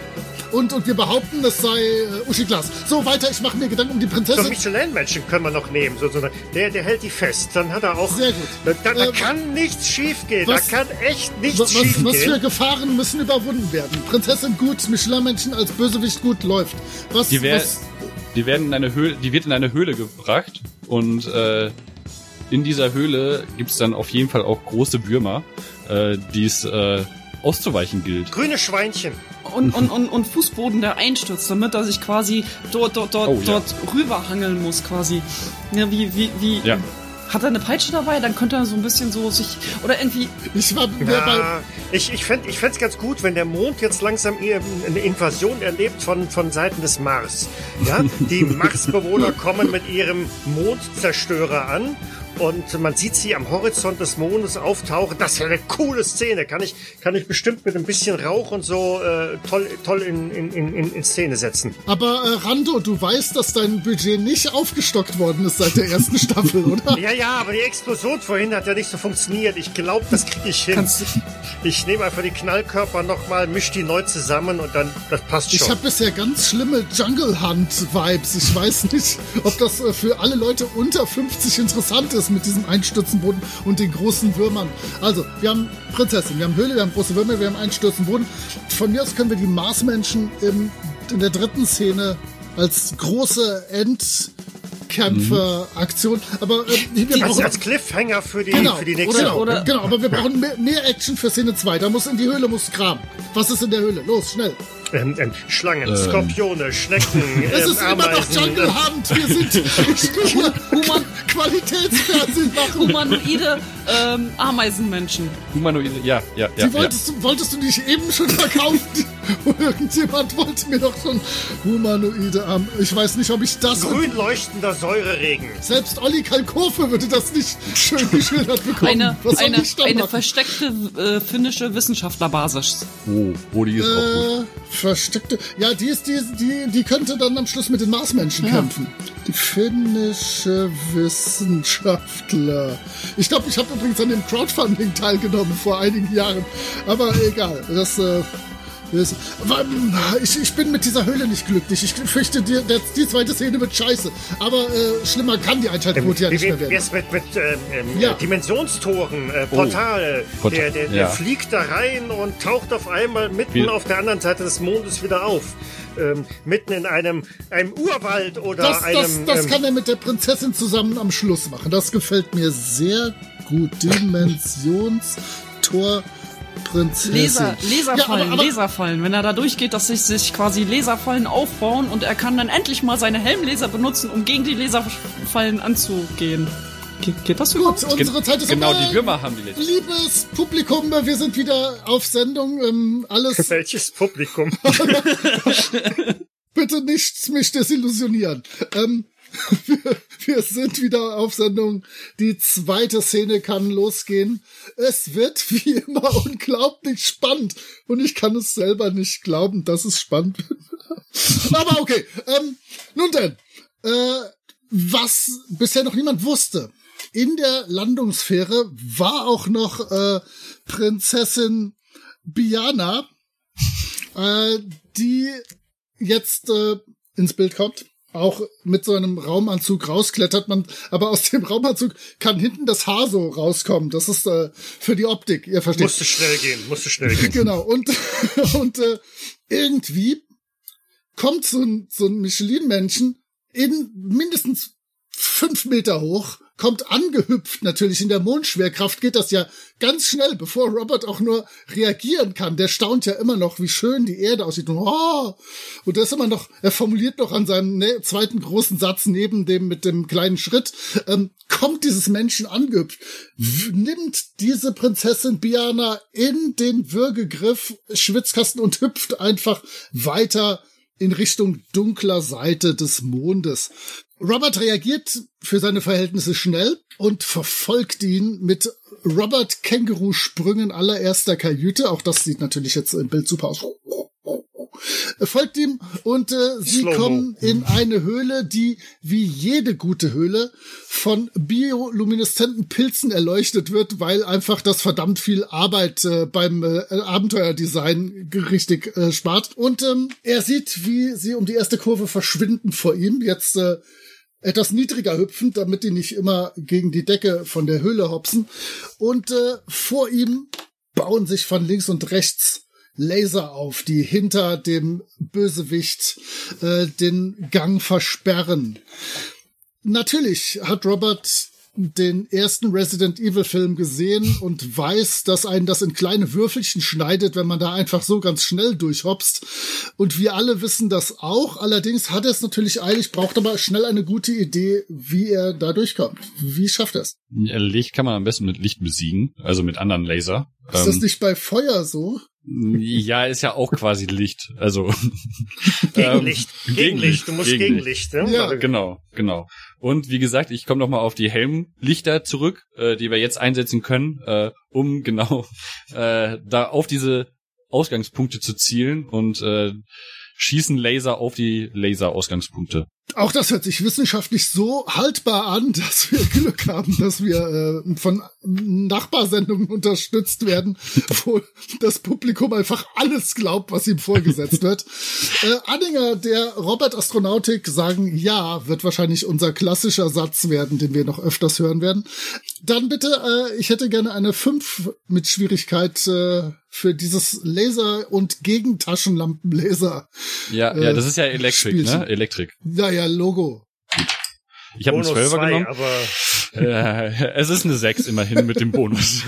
[SPEAKER 1] Und, und wir behaupten, es sei äh, Uschi Glas. So, weiter, ich mache mir Gedanken um die Prinzessin.
[SPEAKER 3] So Michelin-Menschen können wir noch nehmen, sozusagen. Der, der hält die fest. Dann hat er auch...
[SPEAKER 1] Sehr gut.
[SPEAKER 3] Da, da, da
[SPEAKER 1] Ähm,
[SPEAKER 3] kann nichts schiefgehen. Da
[SPEAKER 1] was-
[SPEAKER 3] kann echt nichts
[SPEAKER 1] Was, was,
[SPEAKER 3] schiefgehen.
[SPEAKER 1] was für Gefahren müssen überwunden werden? Prinzessin gut, Michelin-Menschen als Bösewicht gut läuft. Was,
[SPEAKER 4] Die, wär,
[SPEAKER 1] was
[SPEAKER 4] die werden in eine Höhle, die wird in eine Höhle gebracht und äh, in dieser Höhle gibt's dann auf jeden Fall auch große Würmer, äh, die es äh, auszuweichen gilt.
[SPEAKER 3] Grüne Schweinchen.
[SPEAKER 2] Und, und, und, und Fußboden, der einstürzt, damit er sich quasi dort, dort, dort,
[SPEAKER 4] Oh, ja.
[SPEAKER 2] dort rüberhangeln muss, quasi. Ja, wie, wie, wie.
[SPEAKER 4] Ja.
[SPEAKER 2] Hat er eine Peitsche dabei? Dann könnte er so ein bisschen so sich, oder irgendwie,
[SPEAKER 1] ich war wer bei,
[SPEAKER 3] Ja, ich, ich fände ich fänd's ganz gut, wenn der Mond jetzt langsam eher eine Invasion erlebt von, von Seiten des Mars. Ja, die Marsbewohner kommen mit ihrem Mondzerstörer an und man sieht sie am Horizont des Mondes auftauchen. Das wäre eine coole Szene. Kann ich, kann ich bestimmt mit ein bisschen Rauch und so äh, toll, toll in, in, in, in Szene setzen.
[SPEAKER 1] aber äh, Rando, du weißt, dass dein Budget nicht aufgestockt worden ist seit der ersten Staffel, oder?
[SPEAKER 3] Ja, ja, aber die Explosion vorhin hat ja nicht so funktioniert. Ich glaube, das kriege ich hin.
[SPEAKER 2] kannst du,
[SPEAKER 3] Ich nehme einfach die Knallkörper nochmal, misch die neu zusammen und dann, das passt
[SPEAKER 1] Ich
[SPEAKER 3] schon.
[SPEAKER 1] habe bisher ganz schlimme Jungle Hunt-Vibes. Ich weiß nicht, ob das äh, für alle Leute unter fünfzig interessant ist mit diesem Einstürzenboden und den großen Würmern. Also, wir haben Prinzessin, wir haben Höhle, wir haben große Würmer, wir haben Einstürzenboden. Von mir aus können wir die Marsmenschen im, in der dritten Szene als große Endkämpfer-Aktion. Aber äh, wir
[SPEAKER 3] als,
[SPEAKER 1] brauchen
[SPEAKER 3] als Cliffhanger für die,
[SPEAKER 1] Genau,
[SPEAKER 3] für die nächste
[SPEAKER 1] oder,
[SPEAKER 3] Folge.
[SPEAKER 2] oder-
[SPEAKER 1] genau, aber wir brauchen mehr, mehr Action für Szene zwei. Da muss in die Höhle, muss Kram. Was ist in der Höhle? Los, schnell.
[SPEAKER 3] Ähm, ähm, Schlangen, Skorpione, Schnecken,
[SPEAKER 1] Es
[SPEAKER 3] ähm,
[SPEAKER 1] ist immer noch
[SPEAKER 3] Ameisen.
[SPEAKER 1] Jungle
[SPEAKER 3] ähm,
[SPEAKER 1] Hunt. Wir sind, ich will hier
[SPEAKER 2] Human-
[SPEAKER 1] Qualitätsfernsehen machen.
[SPEAKER 2] humanoide ähm, Ameisenmenschen.
[SPEAKER 4] Humanoide, ja, ja, ja.
[SPEAKER 1] Die wolltest, du, wolltest du nicht eben schon verkaufen? Irgendjemand wollte mir doch schon humanoide Arme. Ich weiß nicht, ob ich das...
[SPEAKER 3] grün leuchtender Säureregen.
[SPEAKER 1] Selbst Olli Kalkofe würde das nicht schön geschildert bekommen.
[SPEAKER 2] Eine,
[SPEAKER 1] Was soll
[SPEAKER 2] eine,
[SPEAKER 1] ich da
[SPEAKER 2] eine
[SPEAKER 1] machen?
[SPEAKER 2] versteckte äh, finnische Wissenschaftlerbasis.
[SPEAKER 4] ja. Oh, oh, die ist auch gut.
[SPEAKER 1] Äh, versteckte. Ja, die ist die, die, die könnte dann am Schluss mit den Marsmenschen kämpfen. Die finnische Wissenschaftler. Ich glaube, ich habe übrigens an dem Crowdfunding teilgenommen vor einigen Jahren. Aber egal. Das, äh, das aber, ich, ich bin mit dieser Höhle nicht glücklich. Ich fürchte, die, der, die zweite Szene wird scheiße. Aber äh, schlimmer kann die Einschaltquote ja nicht mehr
[SPEAKER 3] Wie
[SPEAKER 1] werden.
[SPEAKER 3] wär's mit, mit ähm, ähm,
[SPEAKER 1] Ja.
[SPEAKER 3] äh, Dimensionstoren, äh, Portale?
[SPEAKER 4] Portal,
[SPEAKER 3] Der, der, der
[SPEAKER 4] ja.
[SPEAKER 3] fliegt da rein und taucht auf einmal mitten
[SPEAKER 4] Wie-
[SPEAKER 3] auf der anderen Seite des Mondes wieder auf. Ähm, mitten in einem, einem Urwald oder
[SPEAKER 1] Das, das,
[SPEAKER 3] einem...
[SPEAKER 1] das
[SPEAKER 3] ähm,
[SPEAKER 1] kann er mit der Prinzessin zusammen am Schluss machen. Das gefällt mir sehr gut. Dimensionstor Prinzessin.
[SPEAKER 2] Laser, Laserfallen,
[SPEAKER 1] Ja, aber- aber-
[SPEAKER 2] Laserfallen. Wenn er da durchgeht, dass sich, sich quasi Laserfallen aufbauen und er kann dann endlich mal seine Helmlaser benutzen, um gegen die Laserfallen anzugehen. Geht, geht das
[SPEAKER 1] Gut,
[SPEAKER 2] überhaupt?
[SPEAKER 1] unsere Zeit ist
[SPEAKER 4] Genau,
[SPEAKER 1] vorbei.
[SPEAKER 4] die Würmer haben die letzte.
[SPEAKER 1] Liebes Publikum, wir sind wieder auf Sendung. Ähm, alles
[SPEAKER 3] Welches Publikum?
[SPEAKER 1] bitte nicht mich desillusionieren. Ähm, wir, wir sind wieder auf Sendung. Die zweite Szene kann losgehen. Es wird wie immer unglaublich spannend. Und ich kann es selber nicht glauben, dass es spannend wird. Aber okay. Ähm, nun denn, äh, was bisher noch niemand wusste. In der Landungssphäre war auch noch äh, Prinzessin Biana, äh, die jetzt äh, ins Bild kommt. Auch mit so einem Raumanzug rausklettert man, aber aus dem Raumanzug kann hinten das Haar so rauskommen. Das ist äh, für die Optik, ihr versteht.
[SPEAKER 3] Musste schnell gehen, musste schnell gehen.
[SPEAKER 1] Genau, und, und äh, irgendwie kommt so ein, so ein Michelin-Menschen in mindestens fünf Meter hoch, kommt angehüpft natürlich in der Mondschwerkraft, geht das ja ganz schnell, bevor Robert auch nur reagieren kann. Der staunt ja immer noch, wie schön die Erde aussieht. Und, oh, und das ist immer noch, er formuliert noch an seinem ne, zweiten großen Satz neben dem mit dem kleinen Schritt, ähm, kommt dieses Menschen angehüpft, w- nimmt diese Prinzessin Biana in den Würgegriff, Schwitzkasten und hüpft einfach weiter in Richtung dunkler Seite des Mondes. Robert reagiert für seine Verhältnisse schnell und verfolgt ihn mit Robert-Känguru-Sprüngen allererster Kajüte. Auch das sieht natürlich jetzt im Bild super aus. folgt ihm und äh, sie
[SPEAKER 3] Slow-mo.
[SPEAKER 1] kommen in eine Höhle, die wie jede gute Höhle von biolumineszenten Pilzen erleuchtet wird, weil einfach das verdammt viel Arbeit äh, beim äh, Abenteuerdesign richtig äh, spart. Und ähm, er sieht, wie sie um die erste Kurve verschwinden vor ihm. Jetzt äh, etwas niedriger hüpfend, damit die nicht immer gegen die Decke von der Höhle hopsen. Und äh, vor ihm bauen sich von links und rechts Laser auf, die hinter dem Bösewicht äh, den Gang versperren. Natürlich hat Robert den ersten Resident Evil Film gesehen und weiß, dass einen das in kleine Würfelchen schneidet, wenn man da einfach so ganz schnell durchhopst. Und wir alle wissen das auch. Allerdings hat er es natürlich eilig, braucht aber schnell eine gute Idee, wie er da durchkommt. Wie schafft er es?
[SPEAKER 4] Ja, Licht kann man am besten mit Licht besiegen, also mit anderen Laser.
[SPEAKER 1] Ist das nicht bei Feuer so?
[SPEAKER 4] Ja, ist ja auch quasi Licht. Also
[SPEAKER 3] Gegenlicht.
[SPEAKER 4] ähm,
[SPEAKER 3] Gegenlicht. Du musst
[SPEAKER 4] Gegenlicht.
[SPEAKER 3] Gegenlicht, ne?
[SPEAKER 1] Ja.
[SPEAKER 4] Genau, genau. Und wie gesagt, ich komme noch mal auf die Helmlichter zurück, äh, die wir jetzt einsetzen können, äh, um genau äh, da auf diese Ausgangspunkte zu zielen und äh, schießen Laser auf die Laserausgangspunkte.
[SPEAKER 1] Auch das hört sich wissenschaftlich so haltbar an, dass wir Glück haben, dass wir äh, von Nachbarsendungen unterstützt werden, wo das Publikum einfach alles glaubt, was ihm vorgesetzt wird. Äh, Anhänger der Robert-Astronautik sagen, ja, wird wahrscheinlich unser klassischer Satz werden, den wir noch öfters hören werden. Dann bitte, äh, ich hätte gerne eine fünf mit Schwierigkeit äh, für dieses Laser- und Gegentaschenlampenlaser.
[SPEAKER 4] Ja,
[SPEAKER 1] äh,
[SPEAKER 4] ja, das ist ja Elektrik,
[SPEAKER 1] Spielchen.
[SPEAKER 4] ne? Elektrik.
[SPEAKER 1] Ja, ja, Logo.
[SPEAKER 4] Ich habe einen
[SPEAKER 3] Bonus
[SPEAKER 4] Zwölfer
[SPEAKER 3] zwei,
[SPEAKER 4] genommen.
[SPEAKER 3] aber
[SPEAKER 4] Äh, es ist eine sechs immerhin mit dem Bonus.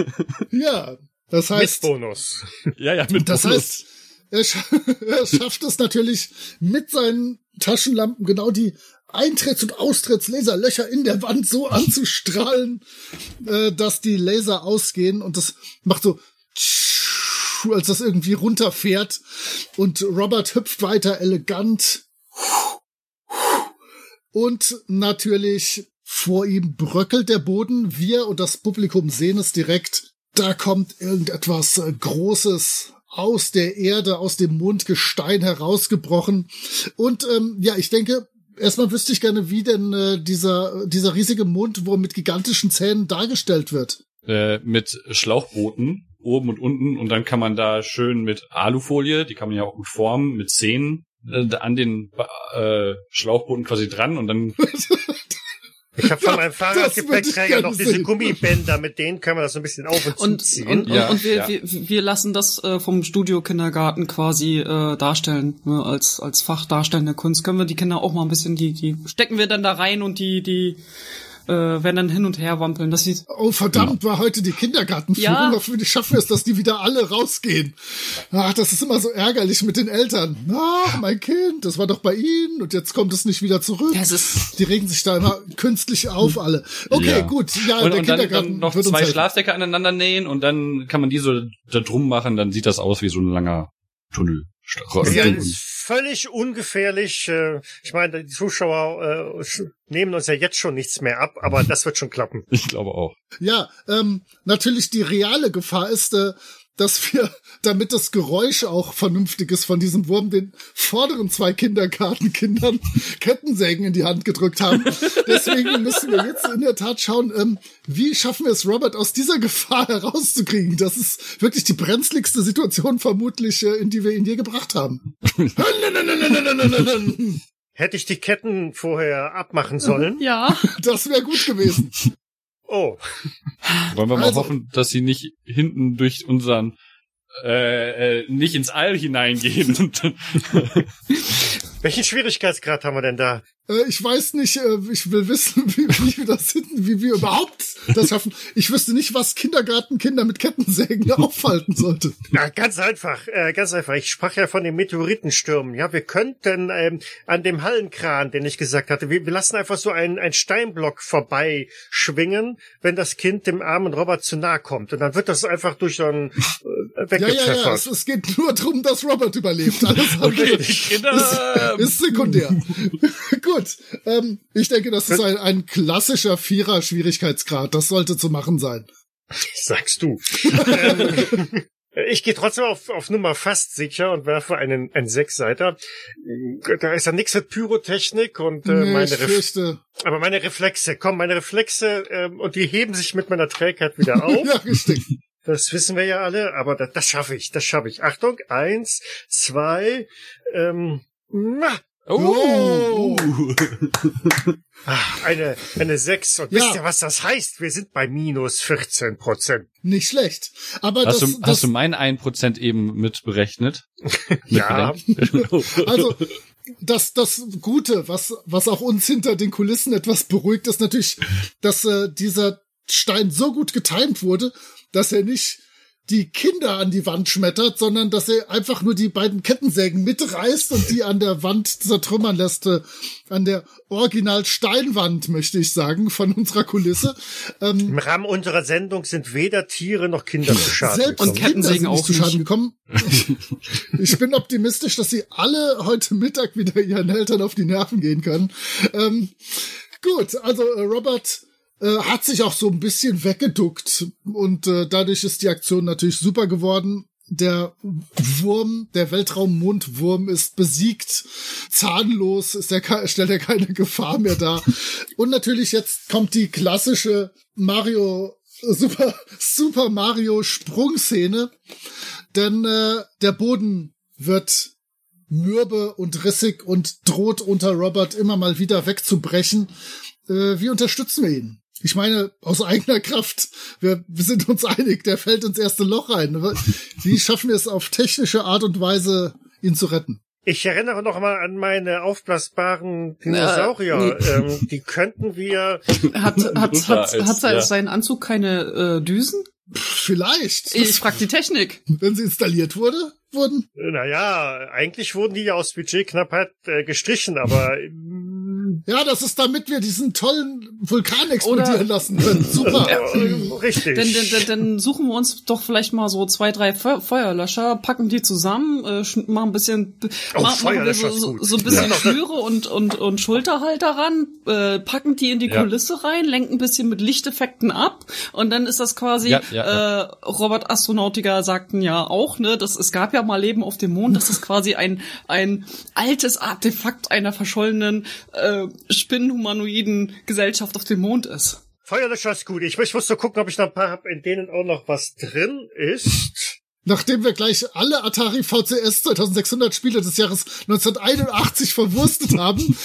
[SPEAKER 1] Ja, das
[SPEAKER 3] mit
[SPEAKER 1] heißt,
[SPEAKER 3] Bonus.
[SPEAKER 4] ja, ja, mit
[SPEAKER 1] das
[SPEAKER 4] Bonus.
[SPEAKER 1] heißt, er, scha er schafft es natürlich mit seinen Taschenlampen genau die Eintritts- und Austrittslaserlöcher in der Wand so anzustrahlen, äh, dass die Laser ausgehen und das macht so, als das irgendwie runterfährt und Robert hüpft weiter elegant und natürlich vor ihm bröckelt der Boden. Wir und das Publikum sehen es direkt. Da kommt irgendetwas äh, Großes aus der Erde, aus dem Mondgestein herausgebrochen. Und ähm, ja, ich denke, erstmal wüsste ich gerne, wie denn äh, dieser dieser riesige Mund, wo mit gigantischen Zähnen dargestellt wird.
[SPEAKER 4] Äh, mit Schlauchbooten oben und unten und dann kann man da schön mit Alufolie, die kann man ja auch gut formen, mit Zähnen äh, an den äh, Schlauchbooten quasi dran und dann
[SPEAKER 3] Ich habe von
[SPEAKER 1] Ja,
[SPEAKER 3] meinem
[SPEAKER 1] das
[SPEAKER 3] Fahrradgepäckträger
[SPEAKER 1] würde
[SPEAKER 3] noch
[SPEAKER 1] ich
[SPEAKER 3] diese
[SPEAKER 1] gerne
[SPEAKER 3] Gummibänder, mit denen können wir das so ein bisschen auf und
[SPEAKER 2] Und,
[SPEAKER 3] zuziehen.
[SPEAKER 2] und,
[SPEAKER 4] Ja,
[SPEAKER 2] und wir,
[SPEAKER 4] ja.
[SPEAKER 2] wir, wir lassen das äh, vom Studio-Kindergarten quasi äh, darstellen, ne, als als Fach darstellende Kunst. Können wir die Kinder auch mal ein bisschen, die die stecken wir dann da rein und die die äh, werden dann hin und her wampeln. Das sieht
[SPEAKER 1] Oh, verdammt, war heute die Kindergartenführung.
[SPEAKER 2] Ja.
[SPEAKER 1] Hoffentlich schaffen wir es, dass die wieder alle rausgehen. Ach, das ist immer so ärgerlich mit den Eltern. Ach, mein Kind, das war doch bei Ihnen und jetzt kommt es nicht wieder zurück.
[SPEAKER 2] ja, es ist
[SPEAKER 1] Die regen sich da immer künstlich auf, alle. Okay,
[SPEAKER 4] Ja.
[SPEAKER 1] gut. Ja,
[SPEAKER 4] und,
[SPEAKER 1] der
[SPEAKER 4] und dann,
[SPEAKER 1] Kindergarten
[SPEAKER 4] dann noch
[SPEAKER 1] wird uns
[SPEAKER 4] zwei
[SPEAKER 1] helfen.
[SPEAKER 4] Schlafsäcke aneinander nähen und dann kann man die so da drum machen, dann sieht das aus wie so ein langer Tunnel.
[SPEAKER 3] Ja, das ist völlig ungefährlich. äh, Ich meine, die Zuschauer äh, sch- nehmen uns ja jetzt schon nichts mehr ab, aber das wird schon klappen.
[SPEAKER 4] Ich glaube auch.
[SPEAKER 1] Ja, ähm, natürlich die reale Gefahr ist, äh, dass wir, damit das Geräusch auch vernünftig ist von diesem Wurm, den vorderen zwei Kindergartenkindern Kettensägen in die Hand gedrückt haben. Deswegen müssen wir jetzt in der Tat schauen, ähm, wie schaffen wir es, Robert aus dieser Gefahr herauszukriegen. Das ist wirklich die brenzligste Situation vermutlich, äh, in die wir ihn je gebracht haben.
[SPEAKER 3] Hätte ich die Ketten vorher abmachen sollen?
[SPEAKER 2] ja.
[SPEAKER 1] Das wäre gut gewesen.
[SPEAKER 3] Oh,
[SPEAKER 4] Wollen wir mal
[SPEAKER 1] Also-
[SPEAKER 4] hoffen, dass sie nicht hinten durch unseren äh, äh, nicht ins All hineingehen. Und
[SPEAKER 3] welchen Schwierigkeitsgrad haben wir denn da?
[SPEAKER 1] Äh, ich weiß nicht, äh, ich will wissen, wie, wie wir das hinten, wie wir überhaupt das schaffen. Ich wüsste nicht, was Kindergartenkinder mit Kettensägen aufhalten sollte.
[SPEAKER 3] Na, ganz einfach, äh, ganz einfach. Ich sprach ja von den Meteoritenstürmen. Ja, wir könnten ähm, an dem Hallenkran, den ich gesagt hatte, wir, wir lassen einfach so einen, einen Steinblock vorbeischwingen, wenn das Kind dem armen Robert zu nahe kommt. Und dann wird das einfach durch so einen äh,
[SPEAKER 1] Ja, ja, ja,
[SPEAKER 3] weggepfeffert.
[SPEAKER 1] es, es geht nur darum, dass Robert überlebt. Alles andere
[SPEAKER 4] okay, die Kinder.
[SPEAKER 1] ist, ist sekundär. Gut, ähm, ich denke, das ist ein, ein klassischer Vierer-Schwierigkeitsgrad. Das sollte zu machen sein.
[SPEAKER 3] Sagst du. ähm, Ich gehe trotzdem auf, auf Nummer fast sicher und werfe einen, einen Sechsseiter. Da ist ja nichts mit Pyrotechnik und äh,
[SPEAKER 1] Nee,
[SPEAKER 3] meine
[SPEAKER 1] ich
[SPEAKER 3] Ref
[SPEAKER 1] fürchte.
[SPEAKER 3] aber meine Reflexe, komm, meine Reflexe ähm, und die heben sich mit meiner Trägheit wieder auf.
[SPEAKER 1] Ja, richtig.
[SPEAKER 3] Das wissen wir ja alle, aber das, das schaffe ich, das schaffe ich. Achtung, eins, zwei, ähm, na,
[SPEAKER 1] Oh.
[SPEAKER 3] ach, eine, eine sechs. Und
[SPEAKER 1] Ja.
[SPEAKER 3] wisst ihr, was das heißt? Wir sind bei minus vierzehn Prozent.
[SPEAKER 1] Nicht schlecht. Aber
[SPEAKER 4] Hast,
[SPEAKER 1] das,
[SPEAKER 4] du,
[SPEAKER 1] das
[SPEAKER 4] hast du mein ein Prozent eben mit berechnet?
[SPEAKER 3] Ja.
[SPEAKER 1] also das das Gute, was was auch uns hinter den Kulissen etwas beruhigt, ist natürlich, dass äh, dieser Stein so gut getimt wurde, dass er nicht die Kinder an die Wand schmettert, sondern dass er einfach nur die beiden Kettensägen mitreißt und die an der Wand zertrümmern lässt, äh, an der Original-Steinwand, möchte ich sagen, von unserer Kulisse. Ähm,
[SPEAKER 3] Im Rahmen unserer Sendung sind weder Tiere noch Kinder zu Schaden
[SPEAKER 1] Selbst
[SPEAKER 2] Und
[SPEAKER 3] gekommen.
[SPEAKER 1] Kinder
[SPEAKER 2] Kettensägen
[SPEAKER 1] sind nicht
[SPEAKER 2] auch
[SPEAKER 1] zu Schaden
[SPEAKER 2] nicht.
[SPEAKER 1] gekommen. Ich bin optimistisch, dass sie alle heute Mittag wieder ihren Eltern auf die Nerven gehen können. Ähm, gut, also äh, Robert äh, hat sich auch so ein bisschen weggeduckt und äh, dadurch ist die Aktion natürlich super geworden. Der Wurm, der Weltraummondwurm ist besiegt, zahnlos, ist er, stellt er keine Gefahr mehr dar. Und natürlich jetzt kommt die klassische Mario, Super, Super Mario Sprungszene, denn äh, der Boden wird mürbe und rissig und droht unter Robert immer mal wieder wegzubrechen. Äh, wie unterstützen wir ihn? Ich meine, aus eigener Kraft. Wir, wir sind uns einig, der fällt ins erste Loch rein. Wie schaffen wir es auf technische Art und Weise, ihn zu retten?
[SPEAKER 3] Ich erinnere noch mal an meine aufblasbaren Dinosaurier.
[SPEAKER 2] Äh,
[SPEAKER 3] ähm, die könnten wir...
[SPEAKER 2] Hat, hat,
[SPEAKER 4] Runter
[SPEAKER 2] hat,
[SPEAKER 4] als-
[SPEAKER 2] hat sein,
[SPEAKER 4] ja.
[SPEAKER 2] sein Anzug keine äh, Düsen?
[SPEAKER 1] Vielleicht.
[SPEAKER 2] Ich frag die Technik.
[SPEAKER 1] Wenn sie installiert wurde, wurden.
[SPEAKER 3] Naja, eigentlich wurden die ja aus Budgetknappheit äh, gestrichen, aber...
[SPEAKER 1] Ja, das ist damit wir diesen tollen Vulkan explodieren
[SPEAKER 2] Oder-
[SPEAKER 1] lassen können. Super.
[SPEAKER 3] äh, richtig.
[SPEAKER 2] Dann, dann, dann, dann suchen wir uns doch vielleicht mal so zwei, drei Fe Feuerlöscher, packen die zusammen, äh, sch- machen ein bisschen,
[SPEAKER 3] Oh,
[SPEAKER 2] ma- machen wir
[SPEAKER 3] Feuerlöscher
[SPEAKER 2] so,
[SPEAKER 3] ist
[SPEAKER 2] so,
[SPEAKER 3] gut.
[SPEAKER 2] so ein bisschen
[SPEAKER 3] Ja.
[SPEAKER 2] Schnüre und, und, und Schulterhalter ran, äh, packen die in die
[SPEAKER 4] Ja.
[SPEAKER 2] Kulisse rein, lenken ein bisschen mit Lichteffekten ab und dann ist das quasi,
[SPEAKER 4] Ja, ja, ja.
[SPEAKER 2] äh, Robert Astronautiker sagten ja auch, ne, das, es gab ja mal Leben auf dem Mond, das ist quasi ein, ein altes Artefakt einer verschollenen, äh, spinnenhumanoiden Gesellschaft auf dem Mond ist.
[SPEAKER 3] Feuerlöscher ist gut. Ich, ich muss nur gucken, ob ich noch ein paar habe, in denen auch noch was drin ist.
[SPEAKER 1] Nachdem wir gleich alle Atari V C S zweitausendsechshundert Spiele des Jahres neunzehnhunderteinundachtzig verwurstet haben.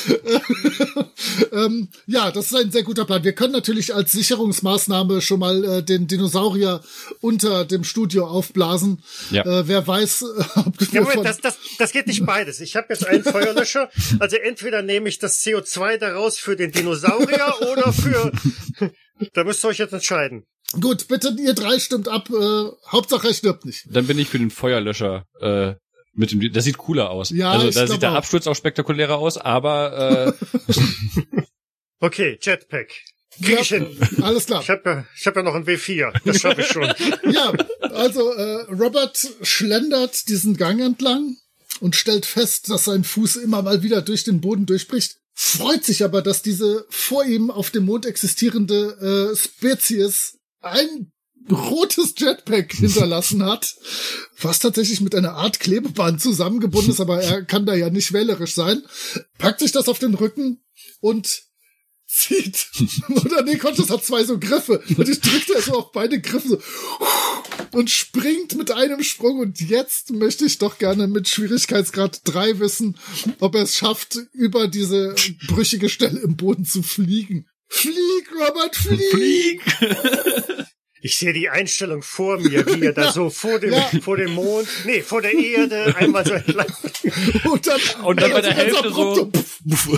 [SPEAKER 1] ähm, ja, das ist ein sehr guter Plan. Wir können natürlich als Sicherungsmaßnahme schon mal äh, den Dinosaurier unter dem Studio aufblasen.
[SPEAKER 4] Ja.
[SPEAKER 1] Äh, wer weiß, äh, ob du
[SPEAKER 3] Ja, Moment,
[SPEAKER 1] von...
[SPEAKER 3] das, das, das geht nicht beides. Ich habe jetzt einen Feuerlöscher. Also entweder nehme ich das C O zwei daraus für den Dinosaurier oder für... Da müsst ihr euch jetzt entscheiden.
[SPEAKER 1] Gut, bitte, ihr drei stimmt ab. Äh, Hauptsache, er stirbt nicht.
[SPEAKER 4] Dann bin ich für den Feuerlöscher äh, mit dem. Das sieht cooler aus.
[SPEAKER 1] Ja,
[SPEAKER 4] also
[SPEAKER 1] ich
[SPEAKER 4] da
[SPEAKER 1] glaub
[SPEAKER 4] sieht der
[SPEAKER 1] auch.
[SPEAKER 4] Absturz auch spektakulärer aus, aber äh,
[SPEAKER 3] Okay, Jetpack. Krieg ich hin.
[SPEAKER 1] Alles klar.
[SPEAKER 3] Ich habe ja, ich hab ja noch ein W vier. Das schaffe ich schon.
[SPEAKER 1] Ja, also äh, Robert schlendert diesen Gang entlang und stellt fest, dass sein Fuß immer mal wieder durch den Boden durchbricht. Freut sich aber, dass diese vor ihm auf dem Mond existierende äh, Spezies ein rotes Jetpack hinterlassen hat, was tatsächlich mit einer Art Klebeband zusammengebunden ist, aber er kann da ja nicht wählerisch sein. Packt sich das auf den Rücken und zieht. Oder nee, Gott, das hat zwei so Griffe. Und ich drückte er so auf beide Griffe so und springt mit einem Sprung. Und jetzt möchte ich doch gerne mit Schwierigkeitsgrad drei wissen, ob er es schafft, über diese brüchige Stelle im Boden zu fliegen. Flieg, Robert, flieg!
[SPEAKER 3] Ich sehe die Einstellung vor mir, wie er da so vor dem,
[SPEAKER 1] Ja.
[SPEAKER 3] vor dem Mond, nee, vor der Erde einmal so entlang.
[SPEAKER 1] Und dann,
[SPEAKER 4] und dann bei der
[SPEAKER 1] ganz
[SPEAKER 4] Hälfte
[SPEAKER 1] abrupt
[SPEAKER 4] so.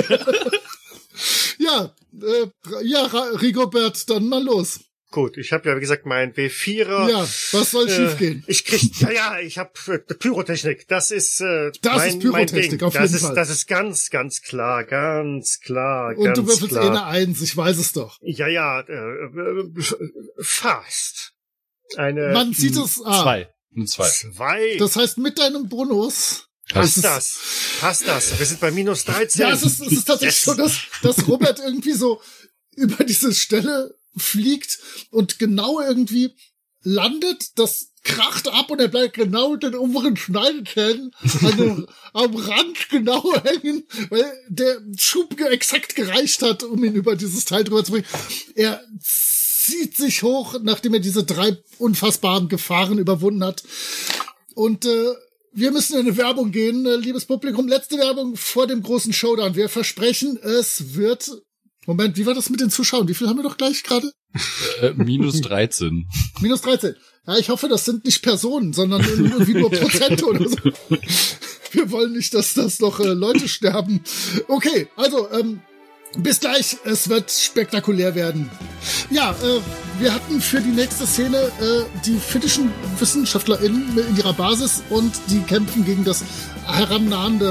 [SPEAKER 1] Ja, äh, ja, Ra- Rigobert, dann mal los.
[SPEAKER 3] Gut, ich habe ja, wie gesagt, mein W vierer.
[SPEAKER 1] Ja, was soll schiefgehen?
[SPEAKER 3] Ich krieg, ja, ja, ich habe äh, Pyrotechnik. Das ist, äh,
[SPEAKER 1] Das
[SPEAKER 3] mein,
[SPEAKER 1] ist Pyrotechnik,
[SPEAKER 3] mein Ding.
[SPEAKER 1] auf
[SPEAKER 3] das
[SPEAKER 1] jeden
[SPEAKER 3] ist,
[SPEAKER 1] Fall.
[SPEAKER 3] Das ist ganz, ganz klar, ganz klar,
[SPEAKER 1] Und
[SPEAKER 3] ganz
[SPEAKER 1] du würfelst eh
[SPEAKER 3] klar.
[SPEAKER 1] eine Eins, ich weiß es doch.
[SPEAKER 3] Ja, ja, äh, äh, fast. Eine
[SPEAKER 1] Man sieht es, ah,
[SPEAKER 4] Zwei. Eine zwei.
[SPEAKER 3] zwei.
[SPEAKER 1] das heißt mit deinem Bonus.
[SPEAKER 3] Passt
[SPEAKER 1] ist-
[SPEAKER 3] das? Passt das? Wir sind bei minus dreizehn.
[SPEAKER 1] Ja, es ist, es ist tatsächlich
[SPEAKER 3] Yes.
[SPEAKER 1] so, dass, dass Robert irgendwie so über diese Stelle fliegt und genau irgendwie landet, dass kracht ab und er bleibt genau mit den oberen Schneidezähnen also am Rand genau hängen, weil der Schub exakt gereicht hat, um ihn über dieses Teil drüber zu bringen. Er zieht sich hoch, nachdem er diese drei unfassbaren Gefahren überwunden hat. Und äh, wir müssen in eine Werbung gehen, äh, liebes Publikum. Letzte Werbung vor dem großen Showdown. Wir versprechen, es wird... Moment, wie war das mit den Zuschauern? Wie viel haben wir doch gleich gerade?
[SPEAKER 4] Äh, minus dreizehn.
[SPEAKER 1] Minus dreizehn. Ja, ich hoffe, das sind nicht Personen, sondern irgendwie nur Prozente oder so. Wir wollen nicht, dass das noch äh, Leute sterben. Okay, also, ähm, bis gleich. Es wird spektakulär werden. Ja, äh, wir hatten für die nächste Szene äh, die finnischen WissenschaftlerInnen in ihrer Basis und die kämpfen gegen das herannahende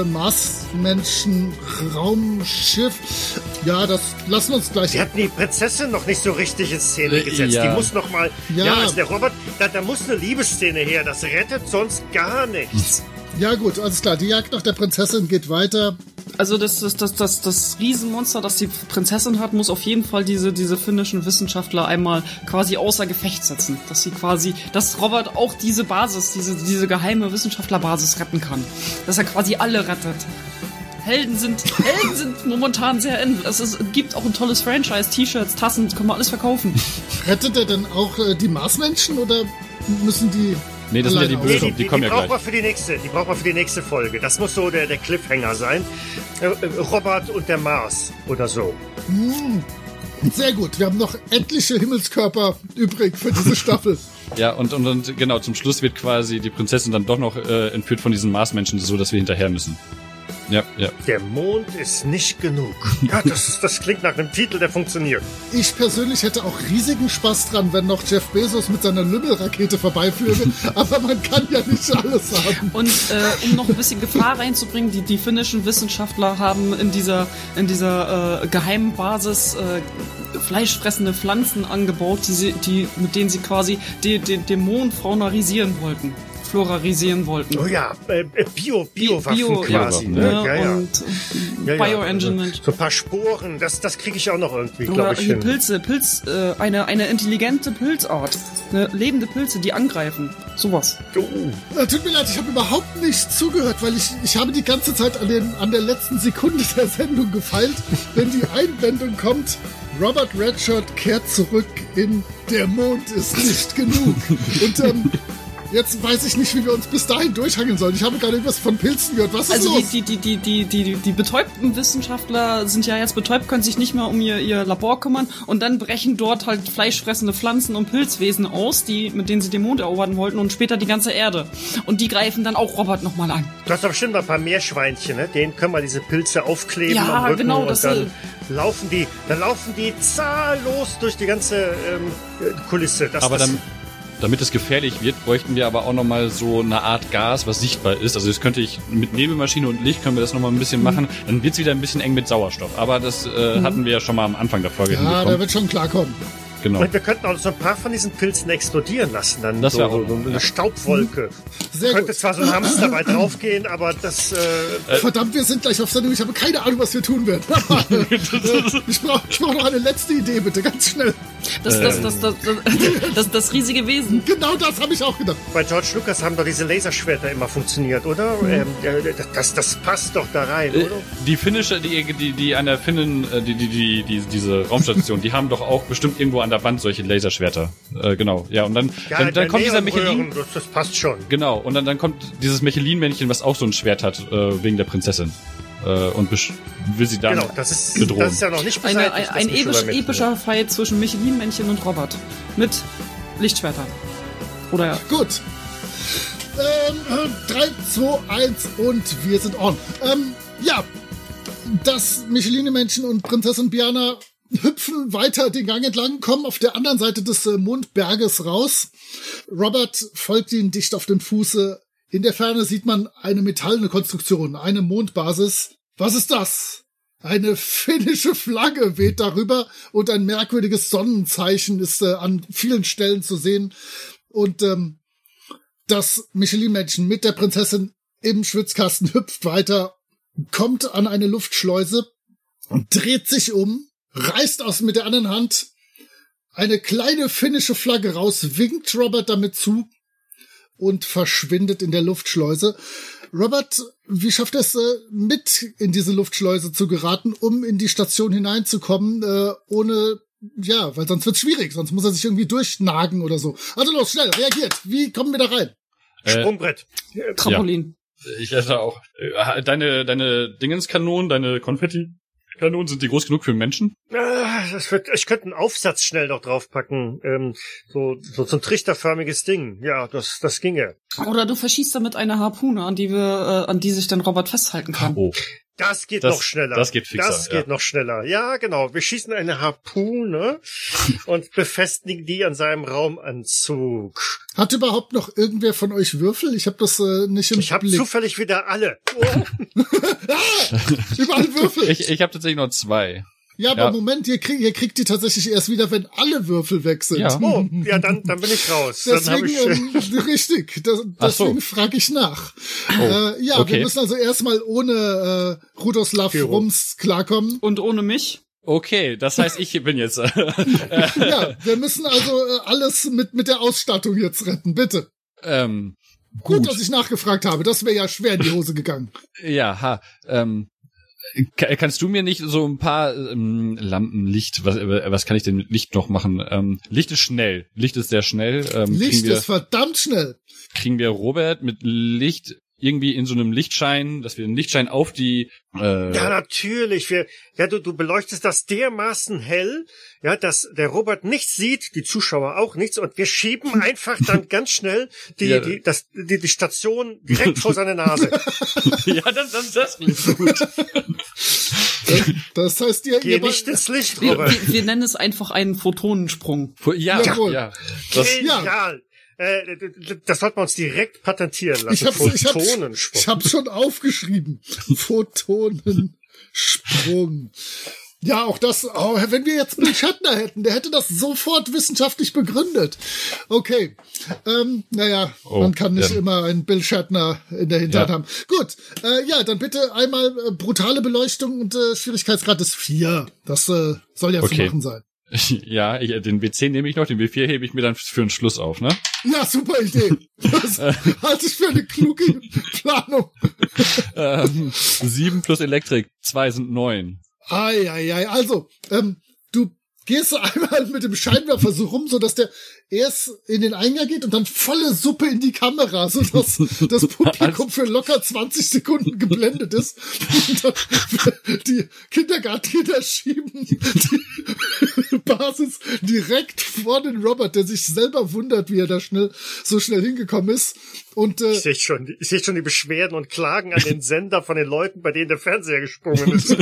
[SPEAKER 1] Marsmenschen-Raumschiff. Ja, das lassen wir uns gleich...
[SPEAKER 3] Sie hatten die Prinzessin noch nicht so richtig in Szene gesetzt.
[SPEAKER 4] Ja.
[SPEAKER 3] Die muss noch mal...
[SPEAKER 1] Ja.
[SPEAKER 3] Ja, also der Robert, da, da muss eine Liebesszene her. Das rettet sonst gar nichts.
[SPEAKER 1] Ja gut, alles klar. Die Jagd nach der Prinzessin geht weiter.
[SPEAKER 2] Also das, das, das, das, das Riesenmonster, das die Prinzessin hat, muss auf jeden Fall diese, diese finnischen Wissenschaftler einmal quasi außer Gefecht setzen. Dass sie quasi, dass Robert auch diese Basis, diese, diese geheime Wissenschaftlerbasis retten kann. Dass er quasi alle rettet. Helden sind, Helden sind momentan sehr in. Es ist, gibt auch ein tolles Franchise, T-Shirts, Tassen, das kann man alles verkaufen.
[SPEAKER 1] Rettet er denn auch äh, die Marsmenschen oder müssen die...
[SPEAKER 4] Nee, das sind ja die
[SPEAKER 1] alleine
[SPEAKER 4] Bösen,
[SPEAKER 3] Nee,
[SPEAKER 4] die,
[SPEAKER 3] die, die,
[SPEAKER 4] kommen
[SPEAKER 3] die
[SPEAKER 4] ja
[SPEAKER 3] brauchen
[SPEAKER 4] gleich.
[SPEAKER 3] wir für die nächste, die brauchen wir für die nächste Folge. Das muss so der, der Cliffhanger sein. Äh, äh, Robert und der Mars oder so.
[SPEAKER 1] Hm, sehr gut. Wir haben noch etliche Himmelskörper übrig für diese Staffel.
[SPEAKER 4] Ja, und, und, und genau, zum Schluss wird quasi die Prinzessin dann doch noch äh, entführt von diesen Marsmenschen, so dass wir hinterher müssen. Ja, ja.
[SPEAKER 3] Der Mond ist nicht genug. Ja, das, das klingt nach einem Titel, der funktioniert.
[SPEAKER 1] Ich persönlich hätte auch riesigen Spaß dran, wenn noch Jeff Bezos mit seiner Lümmelrakete vorbeiflöge. Aber man kann ja nicht alles haben.
[SPEAKER 2] Und äh, um noch ein bisschen Gefahr reinzubringen, die, die finnischen Wissenschaftler haben in dieser, in dieser äh, geheimen Basis äh, fleischfressende Pflanzen angebaut, die sie, die, mit denen sie quasi die, die, den Mond faunarisieren wollten. Florarisieren wollten.
[SPEAKER 3] Oh ja, äh, Bio, Biowaffen
[SPEAKER 2] Bio,
[SPEAKER 3] quasi.
[SPEAKER 2] ja,
[SPEAKER 3] Ne?
[SPEAKER 2] ja,
[SPEAKER 3] Ja, ja.
[SPEAKER 2] und
[SPEAKER 3] Ja, ja,
[SPEAKER 2] Bioengine.
[SPEAKER 3] also so ein paar Sporen, das, das kriege ich auch noch irgendwie,
[SPEAKER 2] Oder
[SPEAKER 3] glaube ich,
[SPEAKER 2] hier
[SPEAKER 3] hin.
[SPEAKER 2] Pilze, Pilz, äh, eine, eine intelligente Pilzart. Eine lebende Pilze, die angreifen. Sowas.
[SPEAKER 3] Oh.
[SPEAKER 1] Äh, tut mir leid, ich habe überhaupt nicht zugehört, weil ich, ich habe die ganze Zeit an, den, an der letzten Sekunde der Sendung gefeilt, wenn die Einblendung kommt. Robert Redshirt kehrt zurück in Der Mond ist nicht genug. Und ähm, jetzt weiß ich nicht, wie wir uns bis dahin durchhangeln sollen. Ich habe gerade etwas von Pilzen gehört. Was ist
[SPEAKER 2] Also
[SPEAKER 1] los?
[SPEAKER 2] die, die, die, die, die, die, die betäubten Wissenschaftler sind ja jetzt betäubt, können sich nicht mehr um ihr, ihr Labor kümmern und dann brechen dort halt fleischfressende Pflanzen und Pilzwesen aus, die, mit denen sie den Mond erobern wollten und später die ganze Erde. Und die greifen dann auch Robert nochmal an.
[SPEAKER 3] Du hast doch bestimmt noch ein paar Meerschweinchen, ne? Denen können wir diese Pilze aufkleben
[SPEAKER 2] Ja,
[SPEAKER 3] am Rücken
[SPEAKER 2] genau,
[SPEAKER 3] und
[SPEAKER 2] das
[SPEAKER 3] dann
[SPEAKER 2] ist-
[SPEAKER 3] laufen die, dann laufen die zahllos durch die ganze ähm, Kulisse. Das,
[SPEAKER 4] Aber
[SPEAKER 3] das,
[SPEAKER 4] dann, damit es gefährlich wird, bräuchten wir aber auch nochmal so eine Art Gas, was sichtbar ist. Also das könnte ich mit Nebelmaschine und Licht können wir das nochmal ein bisschen machen. Dann wird's wieder ein bisschen eng mit Sauerstoff. Aber das äh, hatten wir ja schon mal am Anfang der Folge
[SPEAKER 1] ja, der
[SPEAKER 4] hinbekommen.
[SPEAKER 1] wird schon klarkommen.
[SPEAKER 4] Genau.
[SPEAKER 3] Und wir könnten auch so ein paar von diesen Pilzen explodieren lassen. Dann
[SPEAKER 4] Das
[SPEAKER 3] so,
[SPEAKER 4] wär auch-
[SPEAKER 3] so, so eine Staubwolke.
[SPEAKER 1] Sehr
[SPEAKER 3] Könnte
[SPEAKER 1] gut.
[SPEAKER 3] zwar so ein Hamster dabei draufgehen, aber das... Äh,
[SPEAKER 1] Verdammt, wir sind gleich auf Sendung. Ich habe keine Ahnung, was wir tun werden. Aber, äh, ich brauche ich brauch noch eine letzte Idee, bitte, ganz schnell.
[SPEAKER 2] Das, das, das, das, das, das, das riesige Wesen.
[SPEAKER 1] Genau das habe ich auch gedacht.
[SPEAKER 3] bei George Lucas haben doch diese Laserschwerter immer funktioniert, oder?
[SPEAKER 1] Mhm.
[SPEAKER 3] Ähm, äh, das, das passt doch da rein,
[SPEAKER 4] Äh,
[SPEAKER 3] oder?
[SPEAKER 4] Die finnische, die, die, die an der Finnen, äh, die, die, die, die, diese Raumstation, die haben doch auch bestimmt irgendwo an der Wand solche Laserschwerter. Äh, genau, ja, und dann,
[SPEAKER 3] Ja,
[SPEAKER 4] dann, dann
[SPEAKER 3] der
[SPEAKER 4] kommt dieser
[SPEAKER 3] Neonröhren,
[SPEAKER 4] Michelin.
[SPEAKER 3] Das, das passt schon.
[SPEAKER 4] Genau, und dann, dann kommt dieses Michelin-Männchen, was auch so ein Schwert hat, äh, wegen der Prinzessin. Äh, und besch- will sie dann
[SPEAKER 3] Genau, das ist,
[SPEAKER 4] bedrohen.
[SPEAKER 3] das ist ja noch nicht
[SPEAKER 2] Eine,
[SPEAKER 3] beseitigt.
[SPEAKER 2] ein ein
[SPEAKER 3] das
[SPEAKER 2] episch,
[SPEAKER 3] Michelin-Männchen.
[SPEAKER 2] epischer Fight zwischen Michelin-Männchen und Robert. Mit Lichtschwertern. Oder
[SPEAKER 1] Gut. Ähm, drei, zwei, eins und wir sind on. Ähm, ja, das Michelin-Männchen und Prinzessin Biana hüpfen weiter den Gang entlang, kommen auf der anderen Seite des äh, Mondberges raus. Robert folgt ihnen dicht auf dem Fuße. In der Ferne sieht man eine metallene Konstruktion, eine Mondbasis. Was ist das? Eine finnische Flagge weht darüber und ein merkwürdiges Sonnenzeichen ist äh, an vielen Stellen zu sehen. Und ähm, das Michelin-Männchen mit der Prinzessin im Schwitzkasten hüpft weiter, kommt an eine Luftschleuse und dreht sich um, reißt aus mit der anderen Hand eine kleine finnische Flagge raus, winkt Robert damit zu und verschwindet in der Luftschleuse. Robert, wie schafft er es, äh, mit in diese Luftschleuse zu geraten, um in die Station hineinzukommen, äh, ohne, ja, weil sonst wird's schwierig, sonst muss er sich irgendwie durchnagen oder so. Also los, schnell, reagiert. Wie kommen wir da rein?
[SPEAKER 3] Äh, Sprungbrett.
[SPEAKER 2] Trampolin.
[SPEAKER 4] Ja. Ich hätte auch, äh, deine, deine Dingenskanonen, deine Konfetti-Kanonen, sind die groß genug für einen Menschen?
[SPEAKER 3] Ah, das wird, ich könnte einen Aufsatz schnell noch draufpacken. Ähm, so, so, so ein trichterförmiges Ding. Ja, das, das ginge.
[SPEAKER 2] Oder du verschießt damit eine Harpune, an die wir, äh, an die sich dann Robert festhalten kann.
[SPEAKER 4] Oh.
[SPEAKER 3] Das geht
[SPEAKER 4] das,
[SPEAKER 3] noch schneller.
[SPEAKER 4] Das geht fixer.
[SPEAKER 3] Das geht
[SPEAKER 4] ja.
[SPEAKER 3] noch schneller. Ja, genau. Wir schießen eine Harpune und befestigen die an seinem Raumanzug.
[SPEAKER 1] Hat überhaupt noch irgendwer von euch Würfel? Ich habe das äh, nicht im
[SPEAKER 3] Ich habe
[SPEAKER 1] Blick.
[SPEAKER 3] zufällig wieder alle. Oh.
[SPEAKER 1] ah, überall Würfel.
[SPEAKER 4] Ich, ich habe tatsächlich noch zwei.
[SPEAKER 1] Ja, aber
[SPEAKER 4] Ja.
[SPEAKER 1] Moment, ihr, krieg, ihr kriegt die tatsächlich erst wieder, wenn alle Würfel weg sind.
[SPEAKER 4] Ja.
[SPEAKER 3] Oh, ja, dann, dann bin ich raus. Dann hab
[SPEAKER 1] Deswegen,
[SPEAKER 3] ich,
[SPEAKER 1] ähm, richtig, das,
[SPEAKER 4] Ach so.
[SPEAKER 1] deswegen frage ich nach.
[SPEAKER 4] Oh,
[SPEAKER 1] Äh, ja,
[SPEAKER 4] okay.
[SPEAKER 1] wir müssen also erstmal ohne äh, Rudoslav
[SPEAKER 3] Pyro.
[SPEAKER 1] Rums klarkommen.
[SPEAKER 2] Und ohne mich?
[SPEAKER 4] Okay, das heißt, ich bin jetzt. Äh,
[SPEAKER 1] Ja, wir müssen also äh, alles mit, mit der Ausstattung jetzt retten, bitte.
[SPEAKER 4] ähm,
[SPEAKER 1] Gut,
[SPEAKER 4] gut.
[SPEAKER 1] dass ich nachgefragt habe, das wäre ja schwer in die Hose gegangen.
[SPEAKER 4] Ja, ha. Ähm, ka- kannst du mir nicht so ein paar ähm, Lampen, Licht, was, äh, was kann ich denn mit Licht noch machen? Ähm, Licht ist schnell. Licht ist sehr schnell. Ähm,
[SPEAKER 1] Licht
[SPEAKER 4] kriegen wir,
[SPEAKER 1] ist verdammt schnell.
[SPEAKER 4] kriegen wir Robert mit Licht irgendwie in so einem Lichtschein, dass wir einen Lichtschein auf die äh,
[SPEAKER 3] ja, natürlich. Wir, ja, du, du beleuchtest das dermaßen hell, ja, dass der Robert nichts sieht, die Zuschauer auch nichts, und wir schieben einfach dann ganz schnell die,
[SPEAKER 4] Ja.
[SPEAKER 3] die, das, die, die Station direkt vor seine Nase.
[SPEAKER 4] ja, das, das, das klingt gut.
[SPEAKER 1] Das heißt, ihr,
[SPEAKER 3] Geh
[SPEAKER 1] ihr
[SPEAKER 3] nicht ins Licht,
[SPEAKER 2] Wir,
[SPEAKER 3] Robert.
[SPEAKER 2] wir, wir nennen es einfach einen Photonensprung.
[SPEAKER 4] Ja,
[SPEAKER 1] Jawohl.
[SPEAKER 4] ja. Das,
[SPEAKER 1] Ja.
[SPEAKER 3] Genial. Äh, das sollten wir uns direkt patentieren lassen.
[SPEAKER 1] Ich hab's, ich hab's,
[SPEAKER 3] Photonensprung.
[SPEAKER 1] ich hab's schon aufgeschrieben. Photonensprung. Ja, auch das, oh, wenn wir jetzt Bill Shatner hätten, der hätte das sofort wissenschaftlich begründet. Okay, ähm, naja,
[SPEAKER 4] Oh,
[SPEAKER 1] man kann nicht
[SPEAKER 4] ja.
[SPEAKER 1] immer einen Bill Shatner in der Hinterhand
[SPEAKER 4] Ja.
[SPEAKER 1] haben. Gut, äh, ja, dann bitte einmal äh, brutale Beleuchtung und äh, Schwierigkeitsgrad ist vier. Das äh, soll ja
[SPEAKER 4] Okay.
[SPEAKER 1] zu machen sein.
[SPEAKER 4] ja, ich, den W zehn nehme ich noch, den W vier hebe ich mir dann für den Schluss auf, ne?
[SPEAKER 1] Ja, super Idee. Das halte ich für eine kluge Planung.
[SPEAKER 4] ähm, sieben plus Elektrik, zwei sind neun.
[SPEAKER 1] Ei, ei, ei. Also, ähm, du gehst so einmal mit dem Scheinwerfer so rum, so dass der erst in den Eingang geht und dann volle Suppe in die Kamera, so dass das Publikum für locker zwanzig Sekunden geblendet ist. Und dann die Kindergartenkinder schieben die Basis direkt vor den Robert, der sich selber wundert, wie er da schnell so schnell hingekommen ist. Und äh,
[SPEAKER 3] Ich sehe schon, ich sehe schon die Beschwerden und Klagen an den Sender von den Leuten, bei denen der Fernseher gesprungen ist.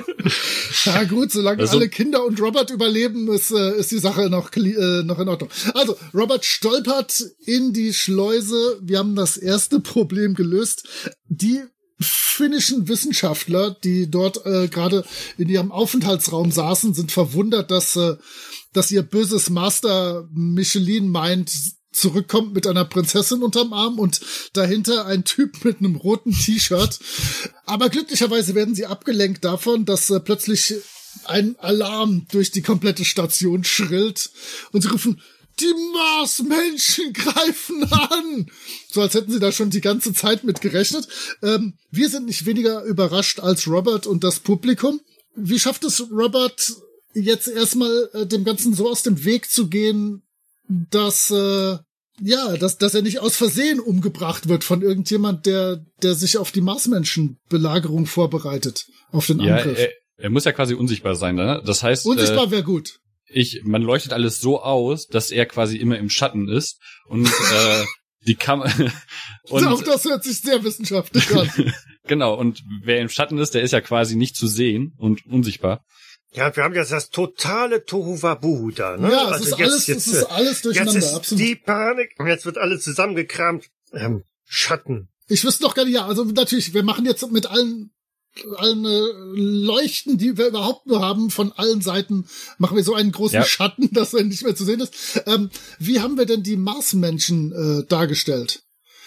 [SPEAKER 1] ja gut, solange
[SPEAKER 4] Also-
[SPEAKER 1] alle Kinder und Robert überleben, ist, äh, ist die Sache noch, kli- äh, noch in Ordnung. Also, Robert stolpert in die Schleuse. Wir haben das erste Problem gelöst. Die finnischen Wissenschaftler, die dort äh, gerade in ihrem Aufenthaltsraum saßen, sind verwundert, dass, äh, dass ihr böses Master Michelin meint, zurückkommt mit einer Prinzessin unterm Arm und dahinter ein Typ mit einem roten T-Shirt. Aber glücklicherweise werden sie abgelenkt davon, dass äh, plötzlich ein Alarm durch die komplette Station schrillt und sie rufen, die Marsmenschen greifen an! So als hätten sie da schon die ganze Zeit mit gerechnet. Ähm, wir sind nicht weniger überrascht als Robert und das Publikum. Wie schafft es Robert jetzt erstmal äh, dem Ganzen so aus dem Weg zu gehen, dass äh, ja, dass dass er nicht aus Versehen umgebracht wird von irgendjemand, der der sich auf die Marsmenschenbelagerung vorbereitet, auf den
[SPEAKER 4] Ja,
[SPEAKER 1] Angriff.
[SPEAKER 4] er, er muss ja quasi unsichtbar sein, ne? Das heißt,
[SPEAKER 1] Unsichtbar
[SPEAKER 4] äh,
[SPEAKER 1] wäre gut.
[SPEAKER 4] ich, man leuchtet alles so aus, dass er quasi immer im Schatten ist und äh, die Kamera und
[SPEAKER 1] Auch das hört sich sehr wissenschaftlich an.
[SPEAKER 4] genau, und wer im Schatten ist, der ist ja quasi nicht zu sehen und unsichtbar.
[SPEAKER 3] Ja, wir haben jetzt das totale Tohuwabohu da, ne?
[SPEAKER 1] Ja, es
[SPEAKER 3] also
[SPEAKER 1] ist
[SPEAKER 3] jetzt,
[SPEAKER 1] alles,
[SPEAKER 3] jetzt,
[SPEAKER 1] es ist alles durcheinander,
[SPEAKER 3] jetzt ist
[SPEAKER 1] absolut.
[SPEAKER 3] die Panik, und jetzt wird alles zusammengekramt. Ähm, Schatten.
[SPEAKER 1] Ich wüsste noch gar nicht, ja, also natürlich, wir machen jetzt mit allen allen äh, Leuchten, die wir überhaupt nur haben, von allen Seiten machen wir so einen großen
[SPEAKER 4] Ja.
[SPEAKER 1] Schatten, dass er nicht mehr zu sehen ist. Ähm, wie haben wir denn die Marsmenschen äh, dargestellt?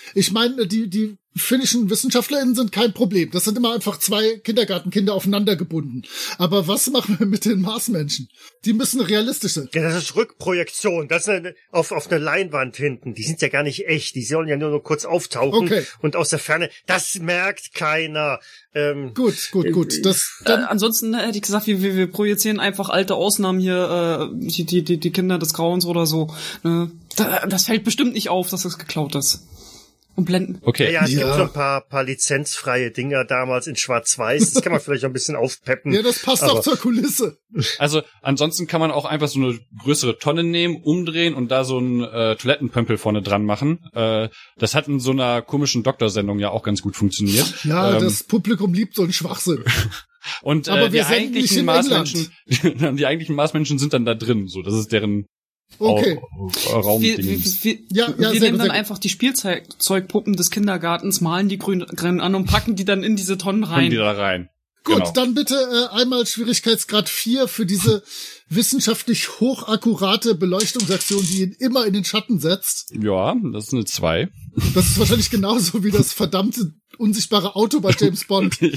[SPEAKER 1] Ich meine, die, die finnischen WissenschaftlerInnen sind kein Problem. Das sind immer einfach zwei Kindergartenkinder aufeinander gebunden. Aber was machen wir mit den Marsmenschen? Die müssen realistisch sein.
[SPEAKER 3] Ja, das ist Rückprojektion. Das ist eine, auf, auf eine Leinwand hinten. Die sind ja gar nicht echt. Die sollen ja nur noch kurz auftauchen.
[SPEAKER 1] Okay.
[SPEAKER 3] Und aus der Ferne. Das merkt keiner. Ähm,
[SPEAKER 1] gut, gut, gut. Das,
[SPEAKER 2] dann äh, ansonsten hätte ich gesagt, wir, wir, wir projizieren einfach alte Ausnahmen hier, äh, die, die, die Kinder des Grauens oder so. Ne? Da, das fällt bestimmt nicht auf, dass das geklaut ist. Und blenden.
[SPEAKER 4] Okay.
[SPEAKER 3] Ja, ja, es
[SPEAKER 1] ja.
[SPEAKER 3] gibt so ein paar, paar lizenzfreie Dinger damals in Schwarz-Weiß. Das kann man vielleicht auch ein bisschen aufpeppen.
[SPEAKER 1] Ja, das passt
[SPEAKER 3] aber
[SPEAKER 1] auch zur Kulisse.
[SPEAKER 4] Also ansonsten kann man auch einfach so eine größere Tonne nehmen, umdrehen und da so einen äh, Toilettenpömpel vorne dran machen. Äh, das hat in so einer komischen Doktorsendung ja auch ganz gut funktioniert.
[SPEAKER 1] Ja,
[SPEAKER 4] ähm,
[SPEAKER 1] das Publikum liebt so einen Schwachsinn.
[SPEAKER 4] Und
[SPEAKER 1] Aber
[SPEAKER 4] äh,
[SPEAKER 1] wir
[SPEAKER 4] die
[SPEAKER 1] senden nicht
[SPEAKER 4] eigentlichen
[SPEAKER 1] in
[SPEAKER 4] Marsmenschen, die eigentlichen Marsmenschen sind dann da drin. So, das ist deren
[SPEAKER 1] Okay.
[SPEAKER 4] Raumding.
[SPEAKER 2] Wir, wir, wir,
[SPEAKER 1] Ja, ja,
[SPEAKER 2] wir
[SPEAKER 1] sehr
[SPEAKER 2] nehmen
[SPEAKER 1] gut,
[SPEAKER 2] dann
[SPEAKER 1] sehr
[SPEAKER 2] einfach die Spielzeugpuppen des Kindergartens, malen die grün, grün an und packen die dann in diese Tonnen
[SPEAKER 4] Kommen die
[SPEAKER 2] rein.
[SPEAKER 4] da rein.
[SPEAKER 1] Gut,
[SPEAKER 4] Genau.
[SPEAKER 1] dann bitte äh, einmal Schwierigkeitsgrad vier für diese wissenschaftlich hochakkurate Beleuchtungsaktion, die ihn immer in den Schatten setzt.
[SPEAKER 4] Ja, das ist eine zwei.
[SPEAKER 1] Das ist wahrscheinlich genauso wie das verdammte unsichtbare Auto bei James Bond.
[SPEAKER 4] Ja.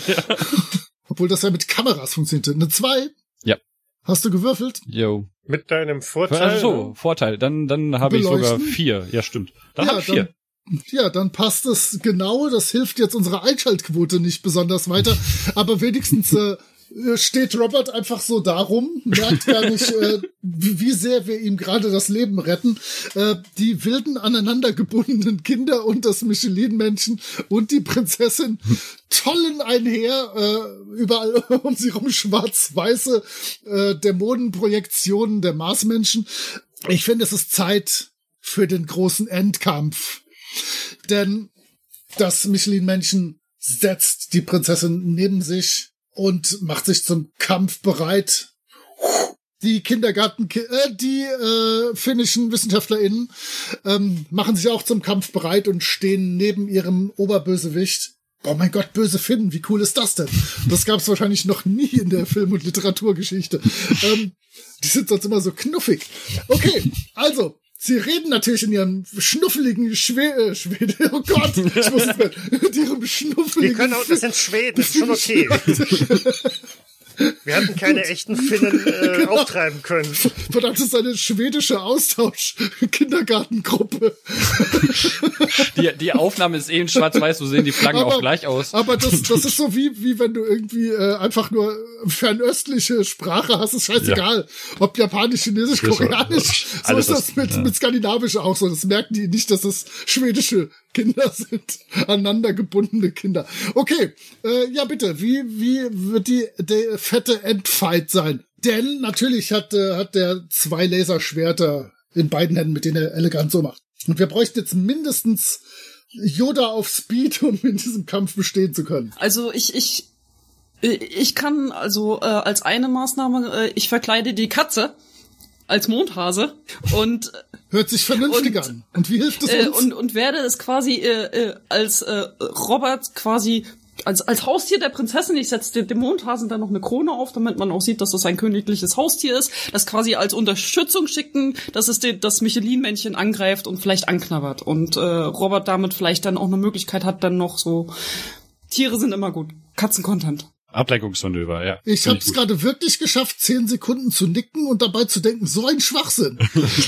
[SPEAKER 1] Obwohl das ja mit Kameras funktionierte. Eine zwei?
[SPEAKER 4] Ja.
[SPEAKER 1] Hast du gewürfelt?
[SPEAKER 4] Jo.
[SPEAKER 3] mit deinem Vorteil.
[SPEAKER 4] Ach so, Vorteil. Dann, dann habe ich sogar
[SPEAKER 1] Beleuchten?
[SPEAKER 4] vier. Ja, stimmt. Dann
[SPEAKER 1] Ja,
[SPEAKER 4] habe ich vier.
[SPEAKER 1] dann- Ja, dann passt es genau. Das hilft jetzt unserer Einschaltquote nicht besonders weiter. Aber wenigstens äh, steht Robert einfach so darum, merkt gar nicht, äh, wie, wie sehr wir ihm gerade das Leben retten. Äh, die wilden, aneinander gebundenen Kinder und das Michelin-Männchen und die Prinzessin tollen einher, äh, überall um sie rum schwarz-weiße äh, Dämonenprojektionen der Marsmenschen. Ich finde, es ist Zeit für den großen Endkampf. Denn das Michelin-Männchen setzt die Prinzessin neben sich und macht sich zum Kampf bereit. Die Kindergarten, äh, die äh, finnischen WissenschaftlerInnen ähm, machen sich auch zum Kampf bereit und stehen neben ihrem Oberbösewicht. Oh mein Gott, böse Finnen, wie cool ist das denn? Das gab es wahrscheinlich noch nie in der Film- und Literaturgeschichte. Ähm, die sind sonst immer so knuffig. Okay, also, sie reden natürlich in ihrem schnuffeligen Schwede, Schwede, oh Gott, ich muss es nicht, in ihrem
[SPEAKER 3] Wir
[SPEAKER 1] schnuffeligen...
[SPEAKER 3] können auch, das sind Schweden, das ist schon okay. Wir hatten keine echten Finnen äh,
[SPEAKER 1] Genau.
[SPEAKER 3] auftreiben können.
[SPEAKER 1] Verdammt, das ist eine schwedische Austausch-Kindergartengruppe.
[SPEAKER 4] Die, die Aufnahme ist eh in schwarz-weiß, so sehen die Flaggen
[SPEAKER 1] Aber-
[SPEAKER 4] auch gleich aus.
[SPEAKER 1] Aber das, das ist so wie, wie wenn du irgendwie äh, einfach nur fernöstliche Sprache hast, ist scheißegal. Ob Japanisch, Chinesisch,
[SPEAKER 4] Ist so.
[SPEAKER 1] Koreanisch. So
[SPEAKER 4] Alles
[SPEAKER 1] ist das
[SPEAKER 4] was-
[SPEAKER 1] mit,
[SPEAKER 4] ja.
[SPEAKER 1] mit Skandinavisch auch so. Das merken die nicht, dass es schwedische Kinder sind. Aneinander gebundene Kinder. Okay, äh, ja bitte, wie, wie wird die der fette Endfight sein? Denn natürlich hat, äh, hat der zwei Laserschwerter in beiden Händen, mit denen er elegant so macht. Und wir bräuchten jetzt mindestens Yoda auf Speed, um in diesem Kampf bestehen zu können.
[SPEAKER 2] Also ich, ich, ich kann also äh, als eine Maßnahme, äh, ich verkleide die Katze als Mondhase und
[SPEAKER 1] Hört sich vernünftig
[SPEAKER 2] Und-
[SPEAKER 1] an. Und wie hilft es
[SPEAKER 2] äh,
[SPEAKER 1] uns?
[SPEAKER 2] und und werde es quasi äh, äh, als äh, Robert quasi als als Haustier der Prinzessin. Ich setze dem Mondhasen dann noch eine Krone auf, damit man auch sieht, dass das ein königliches Haustier ist. Das quasi als Unterstützung schicken, dass es den, das Michelin-Männchen angreift und vielleicht anknabbert. Und äh, Robert damit vielleicht dann auch eine Möglichkeit hat, dann noch so Tiere sind immer gut. Katzen-Content.
[SPEAKER 4] Ablenkungsmanöver, ja.
[SPEAKER 1] Ich
[SPEAKER 4] Find
[SPEAKER 1] habe es
[SPEAKER 4] gut.
[SPEAKER 1] gerade wirklich geschafft, zehn Sekunden zu nicken und dabei zu denken, so ein Schwachsinn.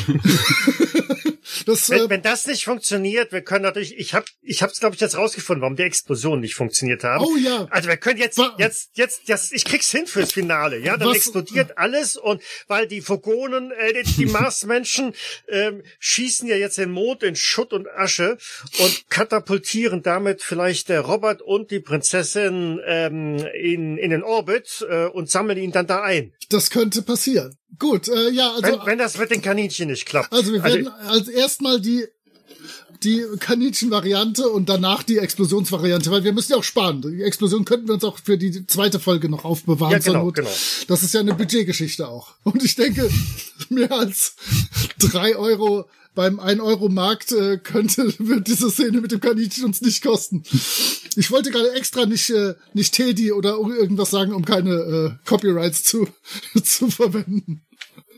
[SPEAKER 1] das,
[SPEAKER 3] Wenn,
[SPEAKER 1] äh,
[SPEAKER 3] wenn das nicht funktioniert, wir können natürlich, ich habe, ich habe es glaube ich jetzt rausgefunden, warum die Explosionen nicht funktioniert haben.
[SPEAKER 1] Oh ja.
[SPEAKER 3] Also wir können jetzt,
[SPEAKER 1] Wa-
[SPEAKER 3] jetzt, jetzt, jetzt, ich krieg's hin fürs Finale, ja, dann
[SPEAKER 1] Was-
[SPEAKER 3] explodiert alles und weil die Vogonen, äh, die Marsmenschen ähm, schießen ja jetzt den Mond in Schutt und Asche und katapultieren damit vielleicht der Robert und die Prinzessin ähm, in in den Orbit äh, und sammeln ihn dann da ein.
[SPEAKER 1] das könnte passieren. Gut, äh, ja, also,
[SPEAKER 3] Wenn, wenn das mit den Kaninchen nicht klappt.
[SPEAKER 1] also wir werden als erstmal die die Kaninchen-Variante und danach die Explosionsvariante, weil wir müssen ja auch sparen. Die Explosion könnten wir uns auch für die zweite Folge noch aufbewahren.
[SPEAKER 3] Ja,
[SPEAKER 1] zur
[SPEAKER 3] genau,
[SPEAKER 1] Not.
[SPEAKER 3] genau.
[SPEAKER 1] Das ist ja eine Budgetgeschichte auch. Und ich denke, mehr als drei Euro beim ein Euro Markt äh, könnte, wird diese Szene mit dem Kaninchen uns nicht kosten. Ich wollte gerade extra nicht, äh, nicht Teddy oder irgendwas sagen, um keine äh, Copyrights zu, zu verwenden.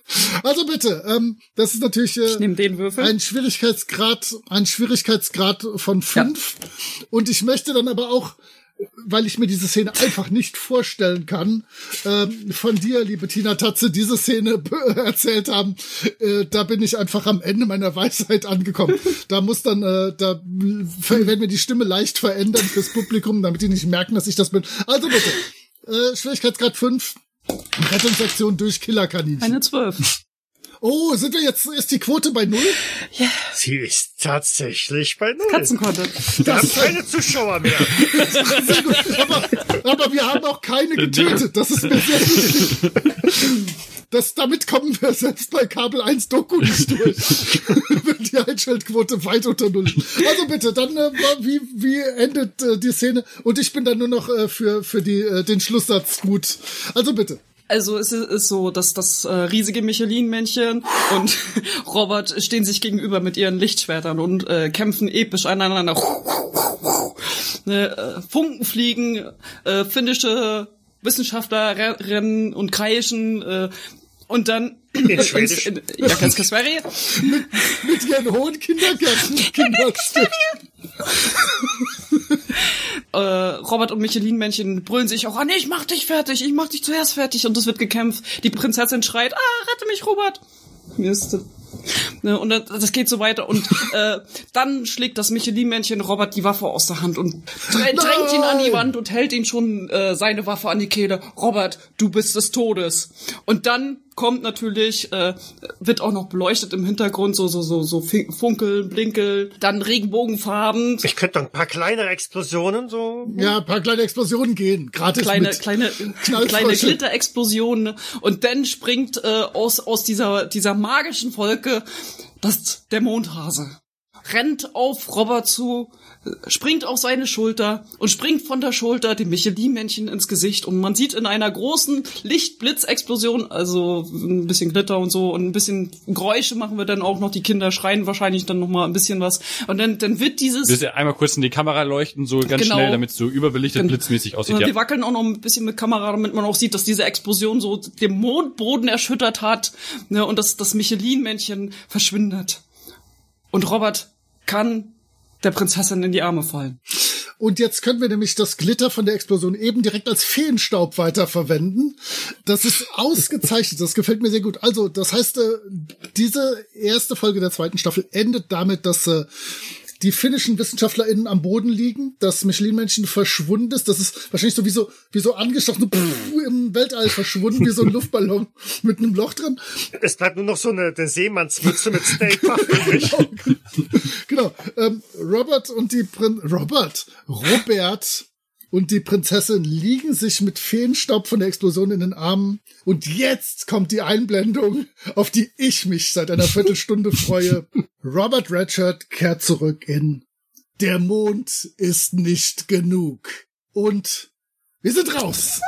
[SPEAKER 1] Also bitte, ähm, das ist natürlich äh,
[SPEAKER 2] Ich nehme den Würfel.
[SPEAKER 1] ein Schwierigkeitsgrad, ein Schwierigkeitsgrad von fünf. Ja. Und ich möchte dann aber auch, weil ich mir diese Szene einfach nicht vorstellen kann, ähm, von dir, liebe Tina Tatze, diese Szene erzählt haben. Äh, da bin ich einfach am Ende meiner Weisheit angekommen. Da muss dann, äh, da werden wir die Stimme leicht verändern fürs Publikum, damit die nicht merken, dass ich das bin. Also bitte, äh, Schwierigkeitsgrad fünf, Rettungsaktion durch Killerkaninchen.
[SPEAKER 2] Eine zwölf.
[SPEAKER 1] Oh, sind wir jetzt, ist die Quote bei null?
[SPEAKER 2] Ja. Yeah.
[SPEAKER 3] Sie ist tatsächlich bei null.
[SPEAKER 2] Katzenkonto.
[SPEAKER 3] Wir haben keine Zuschauer mehr.
[SPEAKER 1] Sehr gut. Aber, aber wir haben auch keine getötet. Das ist mir sehr wichtig. Das, damit kommen wir selbst bei Kabel eins Doku nicht durch. Wenn die Einschaltquote weit unter null ist. Also bitte, dann, äh, wie, wie endet äh, die Szene? Und ich bin dann nur noch äh, für, für die, äh, den Schlusssatz gut. Also bitte.
[SPEAKER 2] Also es ist so, dass das äh, riesige Michelin-Männchen und Robert stehen sich gegenüber mit ihren Lichtschwertern und äh, kämpfen episch aneinander. ne, äh, Funken fliegen, äh, finnische Wissenschaftler rennen und kreischen äh, und dann
[SPEAKER 3] in Schwedisch.
[SPEAKER 2] In, in, ja, ganz Sverige.
[SPEAKER 1] mit, mit ihren hohen Kindergärten.
[SPEAKER 2] äh, Robert und Michelin-Männchen brüllen sich auch an, ich mach dich fertig, ich mach dich zuerst fertig und es wird gekämpft. Die Prinzessin schreit, ah, rette mich, Robert. Mist. Ne, und das geht so weiter und äh, dann schlägt das Michelin-Männchen Robert die Waffe aus der Hand und drängt Nein! ihn an die Wand und hält ihm schon äh, seine Waffe an die Kehle. Robert, du bist des Todes. Und dann kommt natürlich, äh, wird auch noch beleuchtet im Hintergrund, so so so so Funkel, Blinkel, dann Regenbogenfarben.
[SPEAKER 3] Ich könnte doch ein paar kleinere Explosionen so.
[SPEAKER 1] Ja, ein paar kleine Explosionen gehen. Gratis
[SPEAKER 2] kleine
[SPEAKER 1] mit
[SPEAKER 2] kleine kleine Glitterexplosionen und dann springt äh, aus aus dieser dieser magischen Wolke das der Mondhase. Rennt auf Robert zu, springt auf seine Schulter und springt von der Schulter dem Michelin-Männchen ins Gesicht und man sieht in einer großen Lichtblitzexplosion, also ein bisschen Glitter und so und ein bisschen Geräusche machen wir dann auch noch, die Kinder schreien wahrscheinlich dann noch mal ein bisschen was und dann dann wird dieses...
[SPEAKER 4] Willst du einmal kurz in die Kamera leuchten, so ganz genau. schnell, damit es so überbelichtet, blitzmäßig aussieht?
[SPEAKER 2] Und wir
[SPEAKER 4] ja.
[SPEAKER 2] wackeln auch noch ein bisschen mit Kamera, damit man auch sieht, dass diese Explosion so den Mondboden erschüttert hat, ne, und dass das Michelin-Männchen verschwindet. Und Robert kann der Prinzessin in die Arme fallen.
[SPEAKER 1] Und jetzt können wir nämlich das Glitter von der Explosion eben direkt als Feenstaub weiterverwenden. Das ist ausgezeichnet, das gefällt mir sehr gut. Also, das heißt, diese erste Folge der zweiten Staffel endet damit, dass die finnischen WissenschaftlerInnen am Boden liegen, das Michelin-Männchen verschwunden ist. Das ist wahrscheinlich so wie so, wie so angestochen, so pff, im Weltall verschwunden, wie so ein Luftballon mit einem Loch drin.
[SPEAKER 3] Es bleibt nur noch so eine, eine Seemannsmütze mit Steakpuff übrig.
[SPEAKER 1] Genau, genau. Ähm, Robert und die Prin- Robert, Robert und die Prinzessin liegen sich mit Feenstaub von der Explosion in den Armen. Und jetzt kommt die Einblendung, auf die ich mich seit einer Viertelstunde freue. Robert Redford kehrt zurück in Der Mond ist nicht genug. Und wir sind raus.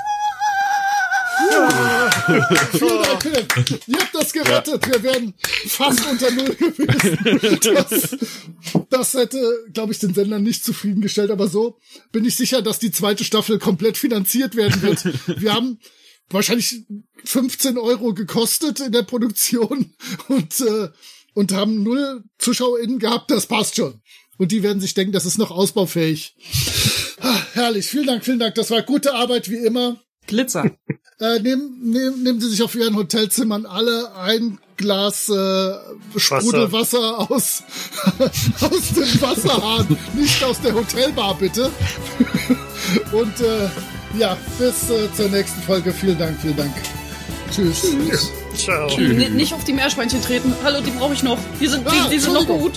[SPEAKER 1] Ja. Vielen Dank, vielen Dank. Ihr habt das gerettet. Ja. Wir wären fast unter Null gewesen. Das, das hätte, glaube ich, den Sender nicht zufriedengestellt. Aber so bin ich sicher, dass die zweite Staffel komplett finanziert werden wird. Wir haben wahrscheinlich fünfzehn Euro gekostet in der Produktion und, äh, und haben null ZuschauerInnen gehabt. Das passt schon. Und die werden sich denken, das ist noch ausbaufähig. Ah, herrlich. Vielen Dank, vielen Dank. Das war gute Arbeit wie immer.
[SPEAKER 2] Glitzer.
[SPEAKER 1] Äh, nehmen, nehmen, nehmen Sie sich auf Ihren Hotelzimmern alle ein Glas äh, Sprudelwasser aus, aus dem Wasserhahn, nicht aus der Hotelbar, bitte. Und äh, ja, bis äh, zur nächsten Folge. Vielen Dank, vielen Dank. Tschüss.
[SPEAKER 2] Tschüss.
[SPEAKER 3] Ciao.
[SPEAKER 2] N- nicht auf die Meerschweinchen treten. Hallo, die brauche ich noch. Die sind,
[SPEAKER 1] ah,
[SPEAKER 2] die, die sind noch gut.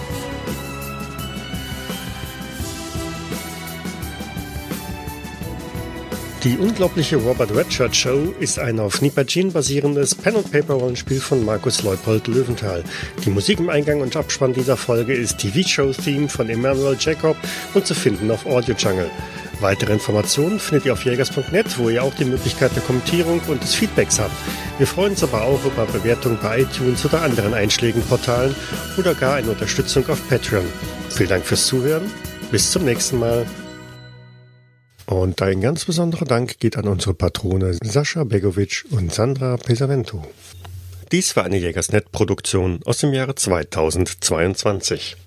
[SPEAKER 3] Die unglaubliche Robert Redford Show ist ein auf Nipajin basierendes Pen-and-Paper-Rollenspiel von Markus Leupold-Löwenthal. Die Musik im Eingang und Abspann dieser Folge ist T V-Show-Theme von Emmanuel Jacob und zu finden auf Audio Jungle. Weitere Informationen findet ihr auf jägers punkt net, wo ihr auch die Möglichkeit der Kommentierung und des Feedbacks habt. Wir freuen uns aber auch über Bewertungen bei iTunes oder anderen Einschlägenportalen oder gar eine Unterstützung auf Patreon. Vielen Dank fürs Zuhören. Bis zum nächsten Mal. Und ein ganz besonderer Dank geht an unsere Patrone Sascha Begovic und Sandra Pesavento. Dies war eine Jägersnet-Produktion aus dem Jahre zweitausendzweiundzwanzig.